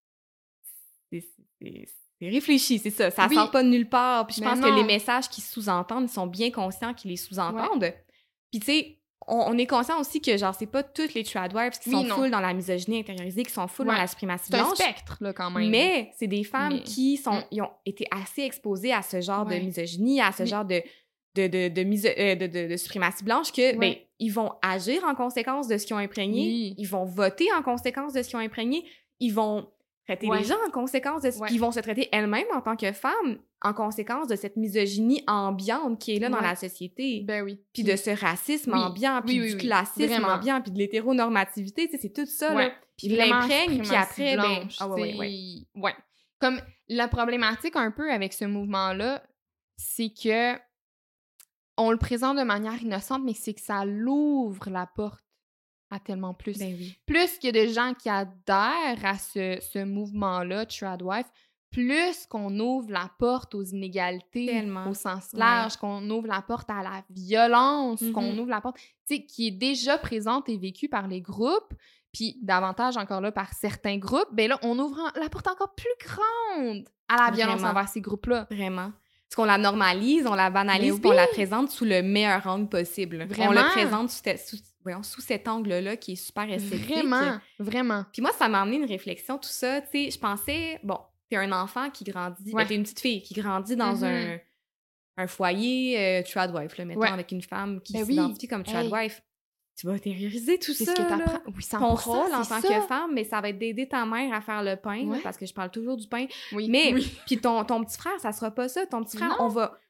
c'est- c'est- C'est réfléchi, c'est ça. Ça Oui. sort pas de nulle part. Puis je Mais pense non. que les messages qu'ils sous-entendent, ils sont bien conscients qu'ils les sous-entendent. Puis tu sais, on, on est conscient aussi que genre, c'est pas toutes les tradwives qui Oui, sont non. full dans la misogynie intériorisée, qui sont full Ouais. dans la suprématie C'est un blanche. spectre, là, quand même. Mais c'est des femmes Mais- qui sont, Mm. ils ont été assez exposées à ce genre Ouais. de misogynie, à ce Oui. genre de, de, de, de, miso- euh, de, de- de suprématie blanche que, Ouais. ben, ils vont agir en conséquence de ce qu'ils ont imprégné, Oui. ils vont voter en conséquence de ce qu'ils ont imprégné, ils vont traiter Ouais. les gens en conséquence de ce Ouais. qu'ils vont se traiter elles-mêmes en tant que femmes, en conséquence de cette misogynie ambiante qui est là dans Ouais. la société. Ben oui. Puis de ce racisme Oui. ambiant, puis Oui, oui, du oui. classisme Vraiment. ambiant, puis de l'hétéronormativité, tu sais, c'est tout ça, Ouais. là. Puis Ils vraiment l'imprègnent, puis suprématie après, ben... blanche, Ah ouais, ouais, tu ouais. sais. Ouais. Comme la problématique un peu avec ce mouvement-là, c'est que on le présente de manière innocente, mais c'est que ça l'ouvre la porte à tellement plus. Ben oui. Plus qu'il y a de gens qui adhèrent à ce, ce mouvement-là, Tradwife, plus qu'on ouvre la porte aux inégalités Tellement. au sens Ouais. large, qu'on ouvre la porte à la violence, Mhm. qu'on ouvre la porte, tu sais, qui est déjà présente et vécue par les groupes, puis davantage encore là par certains groupes, ben là, on ouvre en- la porte encore plus grande à la violence Vraiment. envers ces groupes-là. Vraiment. Parce qu'on la normalise, on la banalise, Mais puis on oui. la présente sous le meilleur angle possible. Vraiment. On la présente sous, te- sous, voyons, sous cet angle-là qui est super esthétique. Vraiment, vraiment. Puis moi, ça m'a amené une réflexion, tout ça. Tu sais, je pensais, bon, t'es un enfant qui grandit, Ouais. ben, t'es une petite fille qui grandit dans Mhm. un, un foyer euh, tradwife, là, mettons, Ouais. avec une femme qui Ben oui. s'identifie comme Hey. tradwife. Tu vas intérioriser tout C'est ça, ce que là. t'apprends. Oui, cent Ton pour cent, rôle en c'est tant ça. que femme, mais ça va être d'aider ta mère à faire le pain, là, Ouais. parce que je parle toujours du pain. Oui. Mais, Oui. puis ton, ton petit frère, ça sera pas ça. Ton petit frère, Non. on va,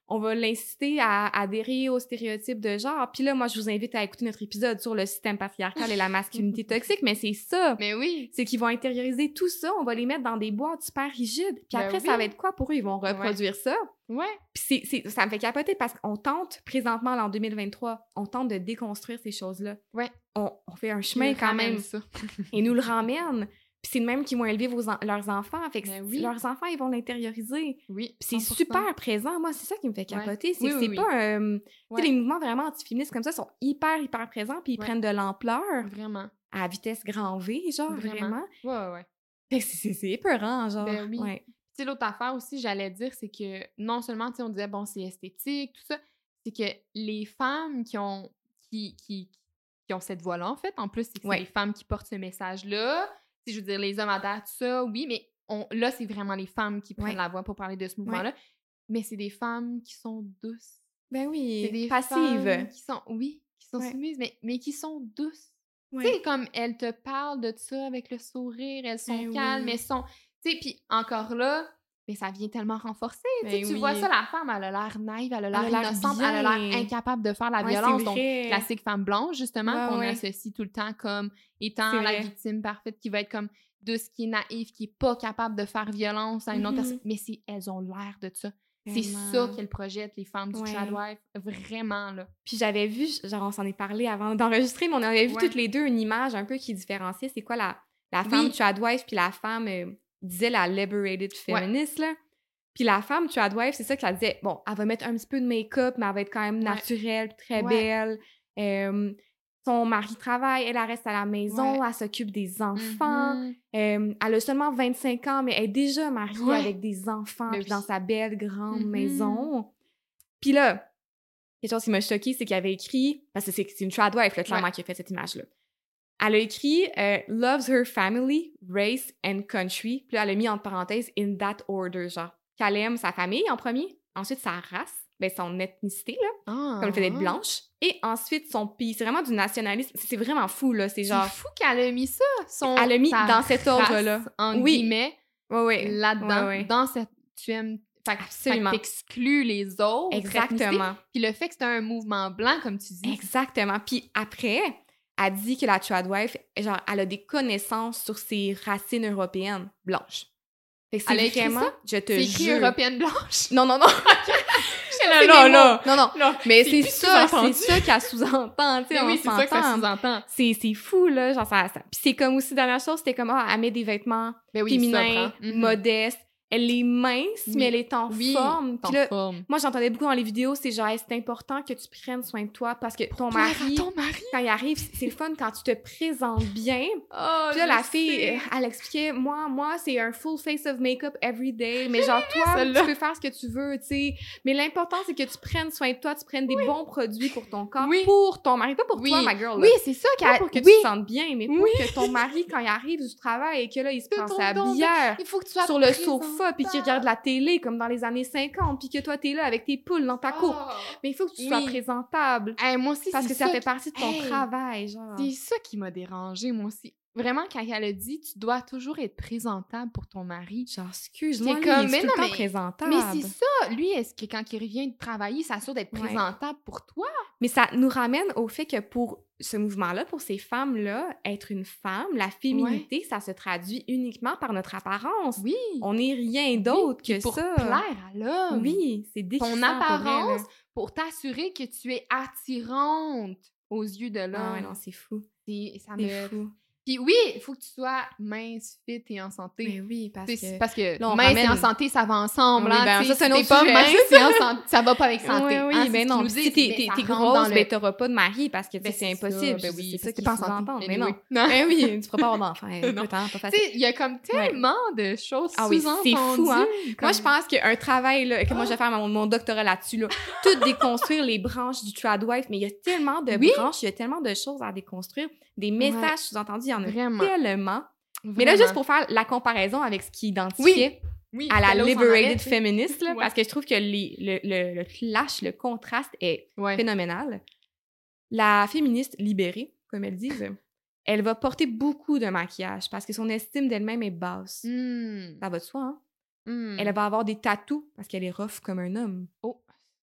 on va l'inciter à adhérer aux stéréotypes de genre. Puis là, moi, je vous invite à écouter notre épisode sur le système patriarcal et la masculinité toxique, mais c'est ça. Mais oui. C'est qu'ils vont intérioriser tout ça, on va les mettre dans des boîtes super rigides. Puis Ben après, oui. ça va être quoi pour eux? Ils vont reproduire ça. Ouais. Puis c'est, c'est, ça me fait capoter parce qu'on tente, présentement, là, en deux mille vingt-trois, on tente de déconstruire ces choses-là. Ouais. On, on fait un chemin quand même. Ça. Et nous le ramène. Puis c'est de même qu'ils vont élever vos en- leurs enfants. Fait que Ben oui. leurs enfants, ils vont l'intérioriser. Oui. Puis c'est cent pour cent. super présent. Moi, c'est ça qui me fait capoter. Ouais. C'est Oui, que oui, c'est oui. pas... euh, Ouais. Tu sais, les mouvements vraiment antiféministes comme ça sont hyper, hyper présents, puis ils Ouais. prennent de l'ampleur Vraiment. à vitesse grand V, genre, Vraiment. vraiment. Ouais, ouais, ouais. Fait que c'est, c'est, c'est épeurant, genre. Ben oui. Ouais. Tu sais, l'autre affaire aussi, j'allais dire, c'est que non seulement, tu sais, on disait, bon, c'est esthétique, tout ça, c'est que les femmes qui ont, qui, qui, qui ont cette voix-là, en fait, en plus, c'est que Ouais. c'est les femmes qui portent ce message-là. Tu sais, je veux dire, les hommes adhèrent, tout ça, oui, mais on, là, c'est vraiment les femmes qui prennent Ouais. la voix pour parler de ce mouvement-là. Mais c'est des femmes qui sont douces. Ben C'est oui, des passive. femmes qui sont, oui, qui sont Ouais. soumises, mais, mais qui sont douces. Ouais. Tu sais, comme elles te parlent de ça avec le sourire, elles sont Ben calmes, oui. elles sont... Tu sais, puis encore là, mais ça vient tellement renforcer. Tu sais, Ben tu oui. vois ça, la femme, elle a l'air naïve, elle a l'air Elle a l'air innocente, elle a l'air bien. incapable de faire la Ouais, violence. c'est Donc, vrai. classique femme blanche, justement, Ouais, qu'on ouais. associe tout le temps comme étant C'est la vrai. victime parfaite qui va être comme douce, qui est naïve, qui est pas capable de faire violence à une autre Mhm. personne. Mais c'est, elles ont l'air de ça. C'est Vraiment. ça qu'elles projettent, les femmes du Ouais. Tradwife. Vraiment, là. Puis j'avais vu, genre on s'en est parlé avant d'enregistrer, mais on avait vu Ouais. toutes les deux une image un peu qui différenciait c'est quoi la, la femme Oui. tradwife puis la femme, euh, disait la liberated feminist, là. Puis la femme tradwife, c'est ça qu'elle disait, bon, elle va mettre un petit peu de make-up, mais elle va être quand même Ouais. naturelle, puis très Ouais. belle. Euh, son mari travaille, elle, elle reste à la maison, elle s'occupe des enfants. Mhm. Euh, elle a seulement vingt-cinq ans, mais elle est déjà mariée Ouais. avec des enfants, Ben puis dans oui. sa belle grande Mhm. maison. Puis là, quelque chose qui m'a choquée, c'est qu'elle avait écrit, parce que c'est, c'est une tradwife, là, clairement, Ouais. qui a fait cette image-là. Elle a écrit euh, « Loves her family, race and country », puis là, elle a mis entre parenthèses « in that order », genre, qu'elle aime sa famille en premier, ensuite sa race, ben son ethnicité, là, Ah. comme le fait d'être blanche, et ensuite son pays. C'est vraiment du nationalisme, c'est vraiment fou, là, c'est C'est genre... fou qu'elle a mis ça, son, Elle a mis sa dans cet ordre-là. race, en Oui. guillemets, Ouais, ouais. là-dedans, Ouais, ouais. dans cette... Tu aimes... Fait, que- Absolument. fait que t'exclus les autres. ethnicités. Exactement. Puis le fait que c'est un mouvement blanc, comme tu dis. Exactement. Puis après, elle dit que la tradwife, genre, elle a des connaissances sur ses racines européennes blanches. Fait que c'est Elle a écrit vraiment... ça? Je te C'est écrit jure. européenne blanche. Non, non, non. C'est là, des là, mots. là. Non, non. Non, Mais c'est c'est plus ça, sous-entendu. c'est ça qu'elle sous-entend, tu sais, Mais on oui, c'est ça que ça s'entend. sous-entend. C'est, c'est fou, là, genre, ça... ça... Puis c'est comme aussi, dernière chose, c'était comme, ah, elle met des vêtements Ben oui, féminins, sobre, hein. Mhm. modestes. Elle est mince, Oui. mais elle est en Oui, forme. en Puis là, forme. moi, j'entendais beaucoup dans les vidéos, c'est genre, hey, c'est important que tu prennes soin de toi parce que ton Plaire à mari, ton mari. quand il arrive, c'est le fun quand tu te présentes bien. Oh, Puis là, je la fille, sais. euh, elle expliquait, moi, moi, c'est un full face of make-up every day, mais genre, toi, celle-là. tu peux faire ce que tu veux, tu sais. Mais l'important, c'est que tu prennes soin de toi, tu prennes des bons produits pour ton corps, Oui. pour ton mari, pas pour Oui. toi, ma girl. Oui, là. c'est ça Pas qu'elle... pour que oui. tu te sentes bien, mais pour Oui. que ton mari, quand il arrive du travail et que là, il se Que prend ton sa don de- bière Il faut que tu sois sur le présentable. sofa, puis qu'il regarde la télé comme dans les années cinquante, puis que toi, t'es là avec tes poules dans ta cour. Oh. Mais il faut que tu sois Oui. présentable. Hey, moi aussi, Parce c'est que ça ça fait qui- partie de ton Hey. travail, genre. C'est ça qui m'a dérangée, moi aussi. Vraiment, quand elle a dit, tu dois toujours être présentable pour ton mari. Genre, excuse-moi, C'est lui, comme, il mais est tout non, le temps mais- présentable. Mais c'est ça, lui, est-ce que quand il revient de travailler, il s'assure d'être Ouais. présentable pour toi? Mais ça nous ramène au fait que pour ce mouvement-là, pour ces femmes-là, être une femme, la féminité, ça se traduit uniquement par notre apparence. Oui. On n'est rien d'autre Oui, que pour ça. plaire à l'homme. Oui, c'est décrissant Ton pour vrai, là. apparence pour t'assurer que tu es attirante aux yeux de l'homme. Ah ouais, non, c'est fou. C'est- ça C'est me... fou. Puis oui, il faut que tu sois mince, fit et en santé. Mais oui, parce C'est- que... Parce que là, on mince et ramène- en santé, ça va ensemble. Oui, hein, ben, tu sais, ça, c'est un si autre t'es pas sujet. mince et en santé, ça va pas avec santé. Oui, oui, hein, c'est ben ce non. qu'ils nous Si disent, t'es, ben, t'es, ça t'es rentre grosse, dans ben le- t'auras pas de mari parce que tu sais, Ben, c'est c'est ça, impossible. ben Je- oui, c'est ça parce que qui t'es pas en se santé. entendre. Mais Anyway. non. Non. Ben oui, tu pourras pas avoir d'enfant. Non. Écoute, hein, pas Tu facile. sais, il y a comme tellement de choses Ah oui, sous-entendues. c'est fou, hein. comme- Moi, je pense qu'un travail, là, que moi, je vais faire mon, mon doctorat là-dessus, là, tout déconstruire les branches du tradwife, mais il y a tellement de Oui. branches, il y a tellement de choses à déconstruire, des messages sous-entendus, il y en a Vraiment. tellement. Mais là, Vraiment. juste pour faire la comparaison avec ce qui identifiait Oui, à la c'était là où on en liberated allait, tu sais. feminist, là, Ouais. parce que je trouve que les- le, le, le clash, le contraste est Ouais. phénoménal. La féministe libérée, comme elles disent, elle va porter beaucoup de maquillage parce que son estime d'elle-même est basse. Hmm. Ça va de soi, hein? Hmm. Elle va avoir des tatous parce qu'elle est rough comme un homme. Oh.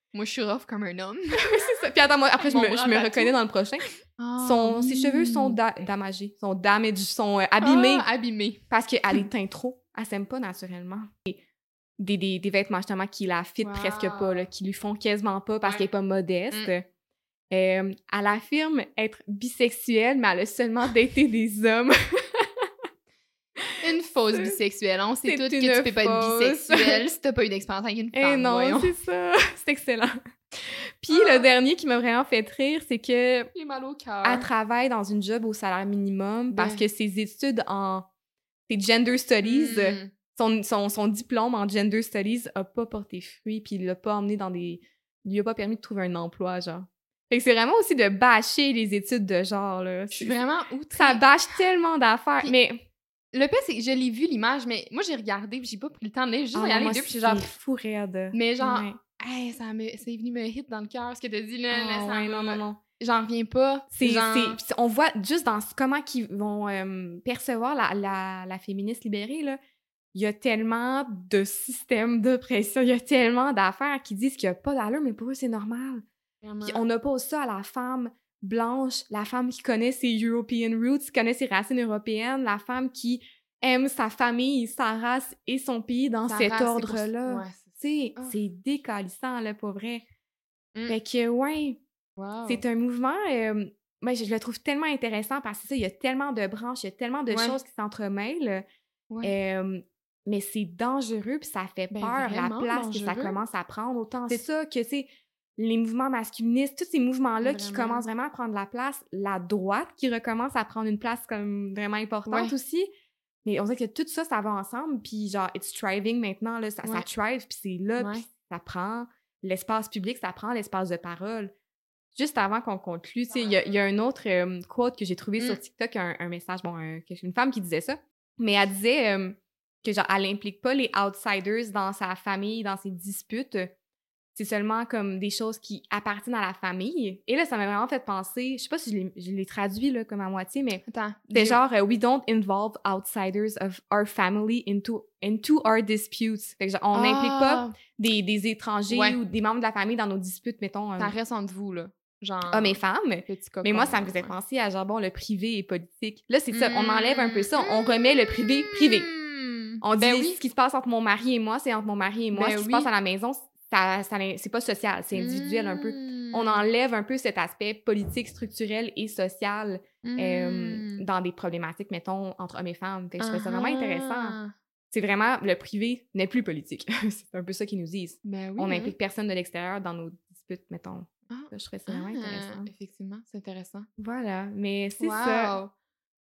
Moi, je suis rough comme un homme. C'est ça. Puis attends, moi, après, je Mon me, je bras me tatou. reconnais dans le prochain. Ah, Son, oui. Ses cheveux sont da- damagés, sont damaged, sont euh, abîmés. Ah, abîmés. Parce qu'elle les teint trop. Elle s'aime pas naturellement. Et des, des, des vêtements, justement, qui la fit Wow. presque pas, là, qui lui font quasiment pas parce Ouais. qu'elle est pas modeste. Mm. Euh, elle affirme être bisexuelle, mais elle a seulement daté des hommes. Une fausse C'est- bisexuelle. On sait c'est toutes que une tu peux pas être fausse. bisexuelle si t'as pas eu d'expérience avec une Eh femme, non, voyons. c'est ça. C'est excellent. Puis Ah. le dernier qui m'a vraiment fait rire, c'est que J'ai mal au cœur. elle travaille dans une job au salaire minimum parce Ben. que ses études en ses gender studies, Mm. son, son, son diplôme en gender studies a pas porté fruit, puis il l'a pas emmené dans des... Il lui a pas permis de trouver un emploi, genre. Fait que c'est vraiment aussi de bâcher les études de genre, là. Je suis C'est- vraiment outrée. Ça bâche tellement d'affaires, Puis- mais... Le pire, c'est que je l'ai vu, l'image, mais moi, j'ai regardé puis j'ai pas pris le temps de lire. J'ai juste Ah, regardé moi, les deux puis j'ai c'est genre... fou raide. Mais genre, Ouais. hey, ça me... c'est venu me hit dans le cœur, ce que t'as dit, là. Ah, là, ça ouais, m'a- non, non, non. J'en reviens pas. C'est, genre... c'est- pis on voit juste dans ce- comment ils vont euh, percevoir la, la, la féministe libérée, là. Il y a tellement de systèmes d'oppression, il y a tellement d'affaires qui disent qu'il n'y a pas d'allure, mais pour eux, c'est normal. Vraiment. Puis on oppose ça à la femme blanche, la femme qui connaît ses European roots, qui connaît ses racines européennes, la femme qui aime sa famille, sa race et son pays dans Sa cet race, c'est pour- ordre-là. Ouais, Tu sais, Ah. c'est décalissant, là, pour vrai. Mm. Fait que, ouais, Wow. c'est un mouvement, euh, moi, je, je le trouve tellement intéressant parce que ça, il y a tellement de branches, il y a tellement de Ouais. choses qui s'entremêlent. Ouais. euh, mais c'est dangereux, puis ça fait Ben, peur, la vraiment place que ça dangereux. commence à prendre. Autant C'est- ça que, tu sais, les mouvements masculinistes, tous ces mouvements-là qui Vraiment. commencent vraiment à prendre la place, la droite qui recommence à prendre une place comme vraiment importante Ouais. aussi. Mais on dirait que tout ça, ça va ensemble, puis genre, it's thriving maintenant, là, ça, ça Ouais. thrive, puis c'est là, Ouais. puis ça prend l'espace public, ça prend l'espace de parole. Juste avant qu'on conclue, tu sais, il y, a- il y a un autre euh, quote que j'ai trouvé Mm. sur TikTok, un, un message, bon, un- une femme qui disait ça, mais elle disait euh, que genre, elle implique pas les outsiders dans sa famille, dans ses disputes. C'est seulement comme des choses qui appartiennent à la famille. Et là, ça m'a vraiment fait penser, je sais pas si je l'ai, je l'ai traduit là, comme à moitié, mais Attends. c'est dis- genre euh, we don't involve outsiders of our family into into our disputes. Fait que genre, on n'implique pas Ah, des, des étrangers Ouais. ou des membres de la famille dans nos disputes, mettons. euh, Ça reste entre vous, là. Genre... hommes et femmes. petit cocon, Mais moi, ça me là, faisait ouais. penser à genre, bon, le privé et politique. Là, c'est ça, on enlève un peu ça, on remet le privé privé. Mm. On dit Ben oui. ce qui se passe entre mon mari et moi, c'est entre mon mari et moi. Ben ce qui oui. se passe à la maison, ça, ça, c'est pas social, c'est individuel un peu. Mm. On enlève un peu cet aspect politique, structurel et social euh, Mm. dans des problématiques, mettons, entre hommes et femmes. Fait que je trouve ça vraiment Ah. intéressant. C'est vraiment, le privé n'est plus politique. C'est un peu ça qu'ils nous disent. Ben oui, On hein. n'implique personne de l'extérieur dans nos disputes, mettons. Ah. Ça, je trouvais ça vraiment Ah, intéressant. Effectivement, c'est intéressant. Voilà, mais c'est Wow. ça.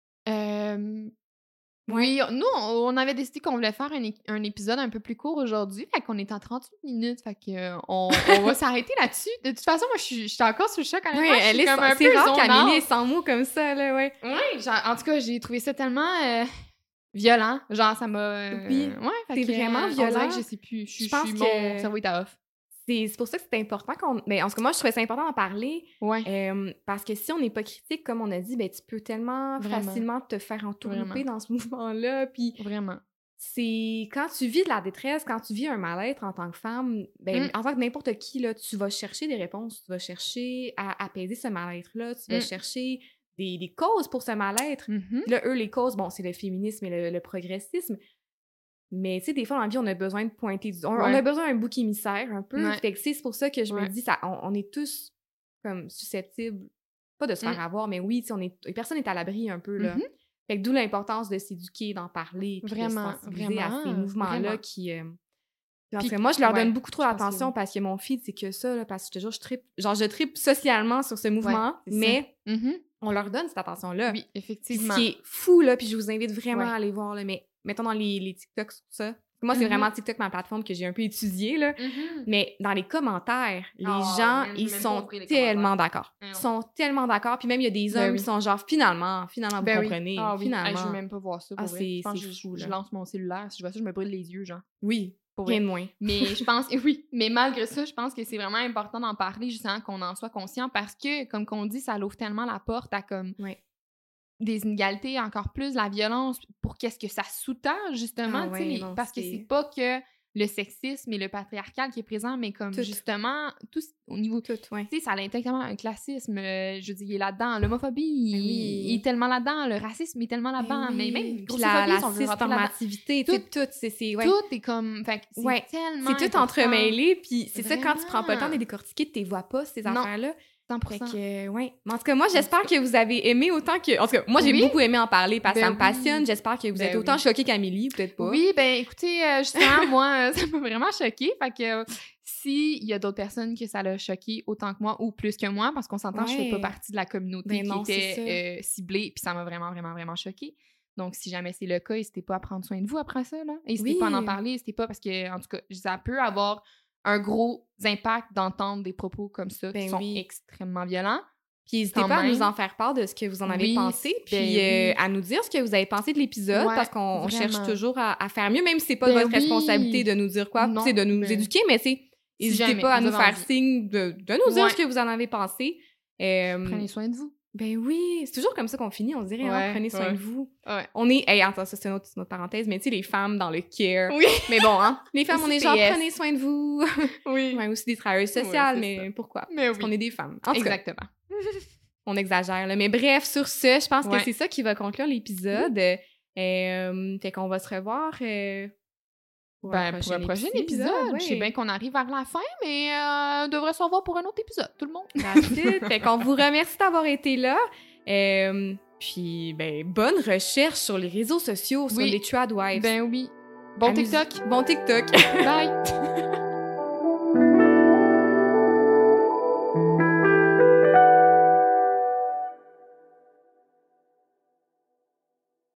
Euh, Oui, nous, on, on avait décidé qu'on voulait faire un, é- un épisode un peu plus court aujourd'hui. Fait qu'on est en trente-huit minutes. Fait que, euh, on, on va s'arrêter là-dessus. De toute façon, moi, je suis je suis encore sous le choc. honnêtement. Ouais, Je suis elle est, comme un c'est peu rare zone qu'Amélie out. est sans mots comme ça, là, ouais. Oui, genre, en tout cas, j'ai trouvé ça tellement euh, violent. Genre, ça m'a... euh, Oui, ouais, fait c'est que, vraiment euh, On dirait violent. que je sais plus. Je, suis- Je pense je suis- que- Mon cerveau est à off. C'est c'est pour ça que c'est important qu'on... Mais en tout cas, moi, je trouvais ça important d'en parler. Ouais. euh, parce que si on n'est pas critique, comme on a dit, ben tu peux tellement Vraiment. facilement te faire entourlouper Vraiment. dans ce mouvement-là. Puis Vraiment. c'est... Quand tu vis de la détresse, quand tu vis un mal-être en tant que femme, ben Mm. en tant que n'importe qui, là, tu vas chercher des réponses. Tu vas chercher à apaiser ce mal-être-là. Tu vas Mm. chercher des, des causes pour ce mal-être. Mhm. Puis là, eux, les causes, bon, c'est le féminisme et le, le progressisme. Mais, tu sais, des fois, dans la vie, on a besoin de pointer du... On, on Ouais. a besoin d'un bouc émissaire, un peu. Ouais. Fait que c'est pour ça que je me Ouais. dis, ça, on, on est tous, comme, susceptibles, pas de se faire Mm. avoir, mais oui, tu sais, on est... Personne n'est à l'abri, un peu, là. Mhm. Fait que d'où l'importance de s'éduquer, d'en parler, puis Vraiment, de sensibiliser à ces vraiment, mouvements-là vraiment. qui... euh, En Puis- tout cas, moi, je leur donne ouais, beaucoup trop je pense que d'attention oui. parce que mon feed, c'est que ça, là, parce que je te jure, je tripe... Genre, je tripe socialement sur ce mouvement, c'est ça. mais Mhm. on leur donne cette attention-là. Oui, Puis effectivement. ce qui est fou, là, puis je vous invite vraiment Ouais. à aller voir, là, mais mettons dans les, les TikToks, tout ça. Moi, c'est Mhm. vraiment TikTok, ma plateforme que j'ai un peu étudiée, là. Mhm. Mais dans les commentaires, les Oh, gens, man, j'ai ils même pas sont ouvert les tellement commentaires. d'accord. Ah Ils non. sont tellement d'accord. Puis même, il y a des Ben hommes oui. qui sont genre, finalement, finalement, vous Ben oui. comprenez. Ah oui. Finalement. Hey, je veux même pas voir ça. Pour Ah, vrai. c'est- Je pense c'est que je, fou, je là. lance mon cellulaire. Si je vois ça, je me brûle les yeux, genre. Oui, Pour rien vrai. de moins. Mais je pense, et oui, mais malgré ça, je pense que c'est vraiment important d'en parler, justement, qu'on en soit conscient parce que, comme qu'on dit, ça l'ouvre tellement la porte à comme Ouais. des inégalités, encore plus la violence, pour qu'est-ce que ça sous-tend, justement, Ah tu sais, ouais, les- non, parce que c'est- c'est pas que le sexisme et le patriarcal qui est présent, mais comme Tout. justement, tout ce- au niveau... Tout, ouais. Tu sais, ça l'intègre tellement un classisme, euh, je veux dire, il est là-dedans. L'homophobie, il, Ben oui. il est tellement là-dedans. Le racisme est tellement là-dedans. Ben Mais oui. même Puis la, grossophobie, la si on veut rentrer là-dedans. cisnormativité, tu sais, tout, c'est... c'est ouais. Tout est comme... Fait que c'est Ouais. tellement C'est tout important. entremêlé, puis c'est ça, quand tu prends pas le temps de Vraiment. les décortiquer, tu les vois pas, ces Non. affaires-là. cent pour Fait cent. que, euh, ouais. Mais en tout cas, moi, j'espère que vous avez aimé autant que... En tout cas, moi, j'ai Oui. beaucoup aimé en parler parce que Ben ça me oui. passionne. J'espère que vous Ben êtes autant oui. choqués qu'Amélie, peut-être pas. Oui, ben écoutez, euh, justement, moi, euh, ça m'a vraiment choquée. Fait que euh, s'il y a d'autres personnes que ça l'a choqué autant que moi ou plus que moi, parce qu'on s'entend, je fais pas Ouais. partie de la communauté Ben qui non, c'est était euh, ciblée, puis ça m'a vraiment, vraiment, vraiment choquée. Donc, si jamais c'est le cas, n'hésitez pas à prendre soin de vous après ça, là. N'hésitez Oui. pas à en parler, n'hésitez pas, parce que, en tout cas, ça peut avoir un gros impact d'entendre des propos comme ça Ben qui sont oui. extrêmement violents. Puis n'hésitez Quand pas à même. nous en faire part de ce que vous en avez Oui, pensé, ben puis oui. euh, à nous dire ce que vous avez pensé de l'épisode, Ouais, parce qu'on on vraiment. cherche toujours à, à faire mieux, même si c'est pas Ben de votre oui. responsabilité de nous dire quoi, Non, c'est de nous mais- éduquer, mais c'est Si n'hésitez jamais pas à vous nous avez faire envie. signe de, de nous dire Ouais. ce que vous en avez pensé. Euh, Prenez soin de vous. Ben oui, c'est toujours comme ça qu'on finit, on se dirait, hein, Ouais, prenez soin ouais. de vous. Ouais. On est, hey, attends, ça c'est une autre, une autre parenthèse, mais tu sais, les femmes dans le care. Oui. Mais bon, hein, les femmes, on est genre, P S. prenez soin de vous. Oui. Ouais, aussi des travailleuses sociales, Ouais, c'est mais pourquoi? Mais Parce oui. qu'on est des femmes. En tout cas, Exactement. on exagère, là. Mais bref, sur ce, je pense Ouais. que c'est ça qui va conclure l'épisode. Euh, fait qu'on va se revoir euh, pour, Ben, pour un prochain épisode. ouais. Je sais bien qu'on arrive vers la fin, mais euh, on devrait se revoir pour un autre épisode, tout le monde. That's it. Fait qu'on vous remercie d'avoir été là. Euh, puis, ben, bonne recherche sur les réseaux sociaux, sur Oui. les Tradwives. Ben oui. Bon Amuse- TikTok. Bon TikTok. Bye.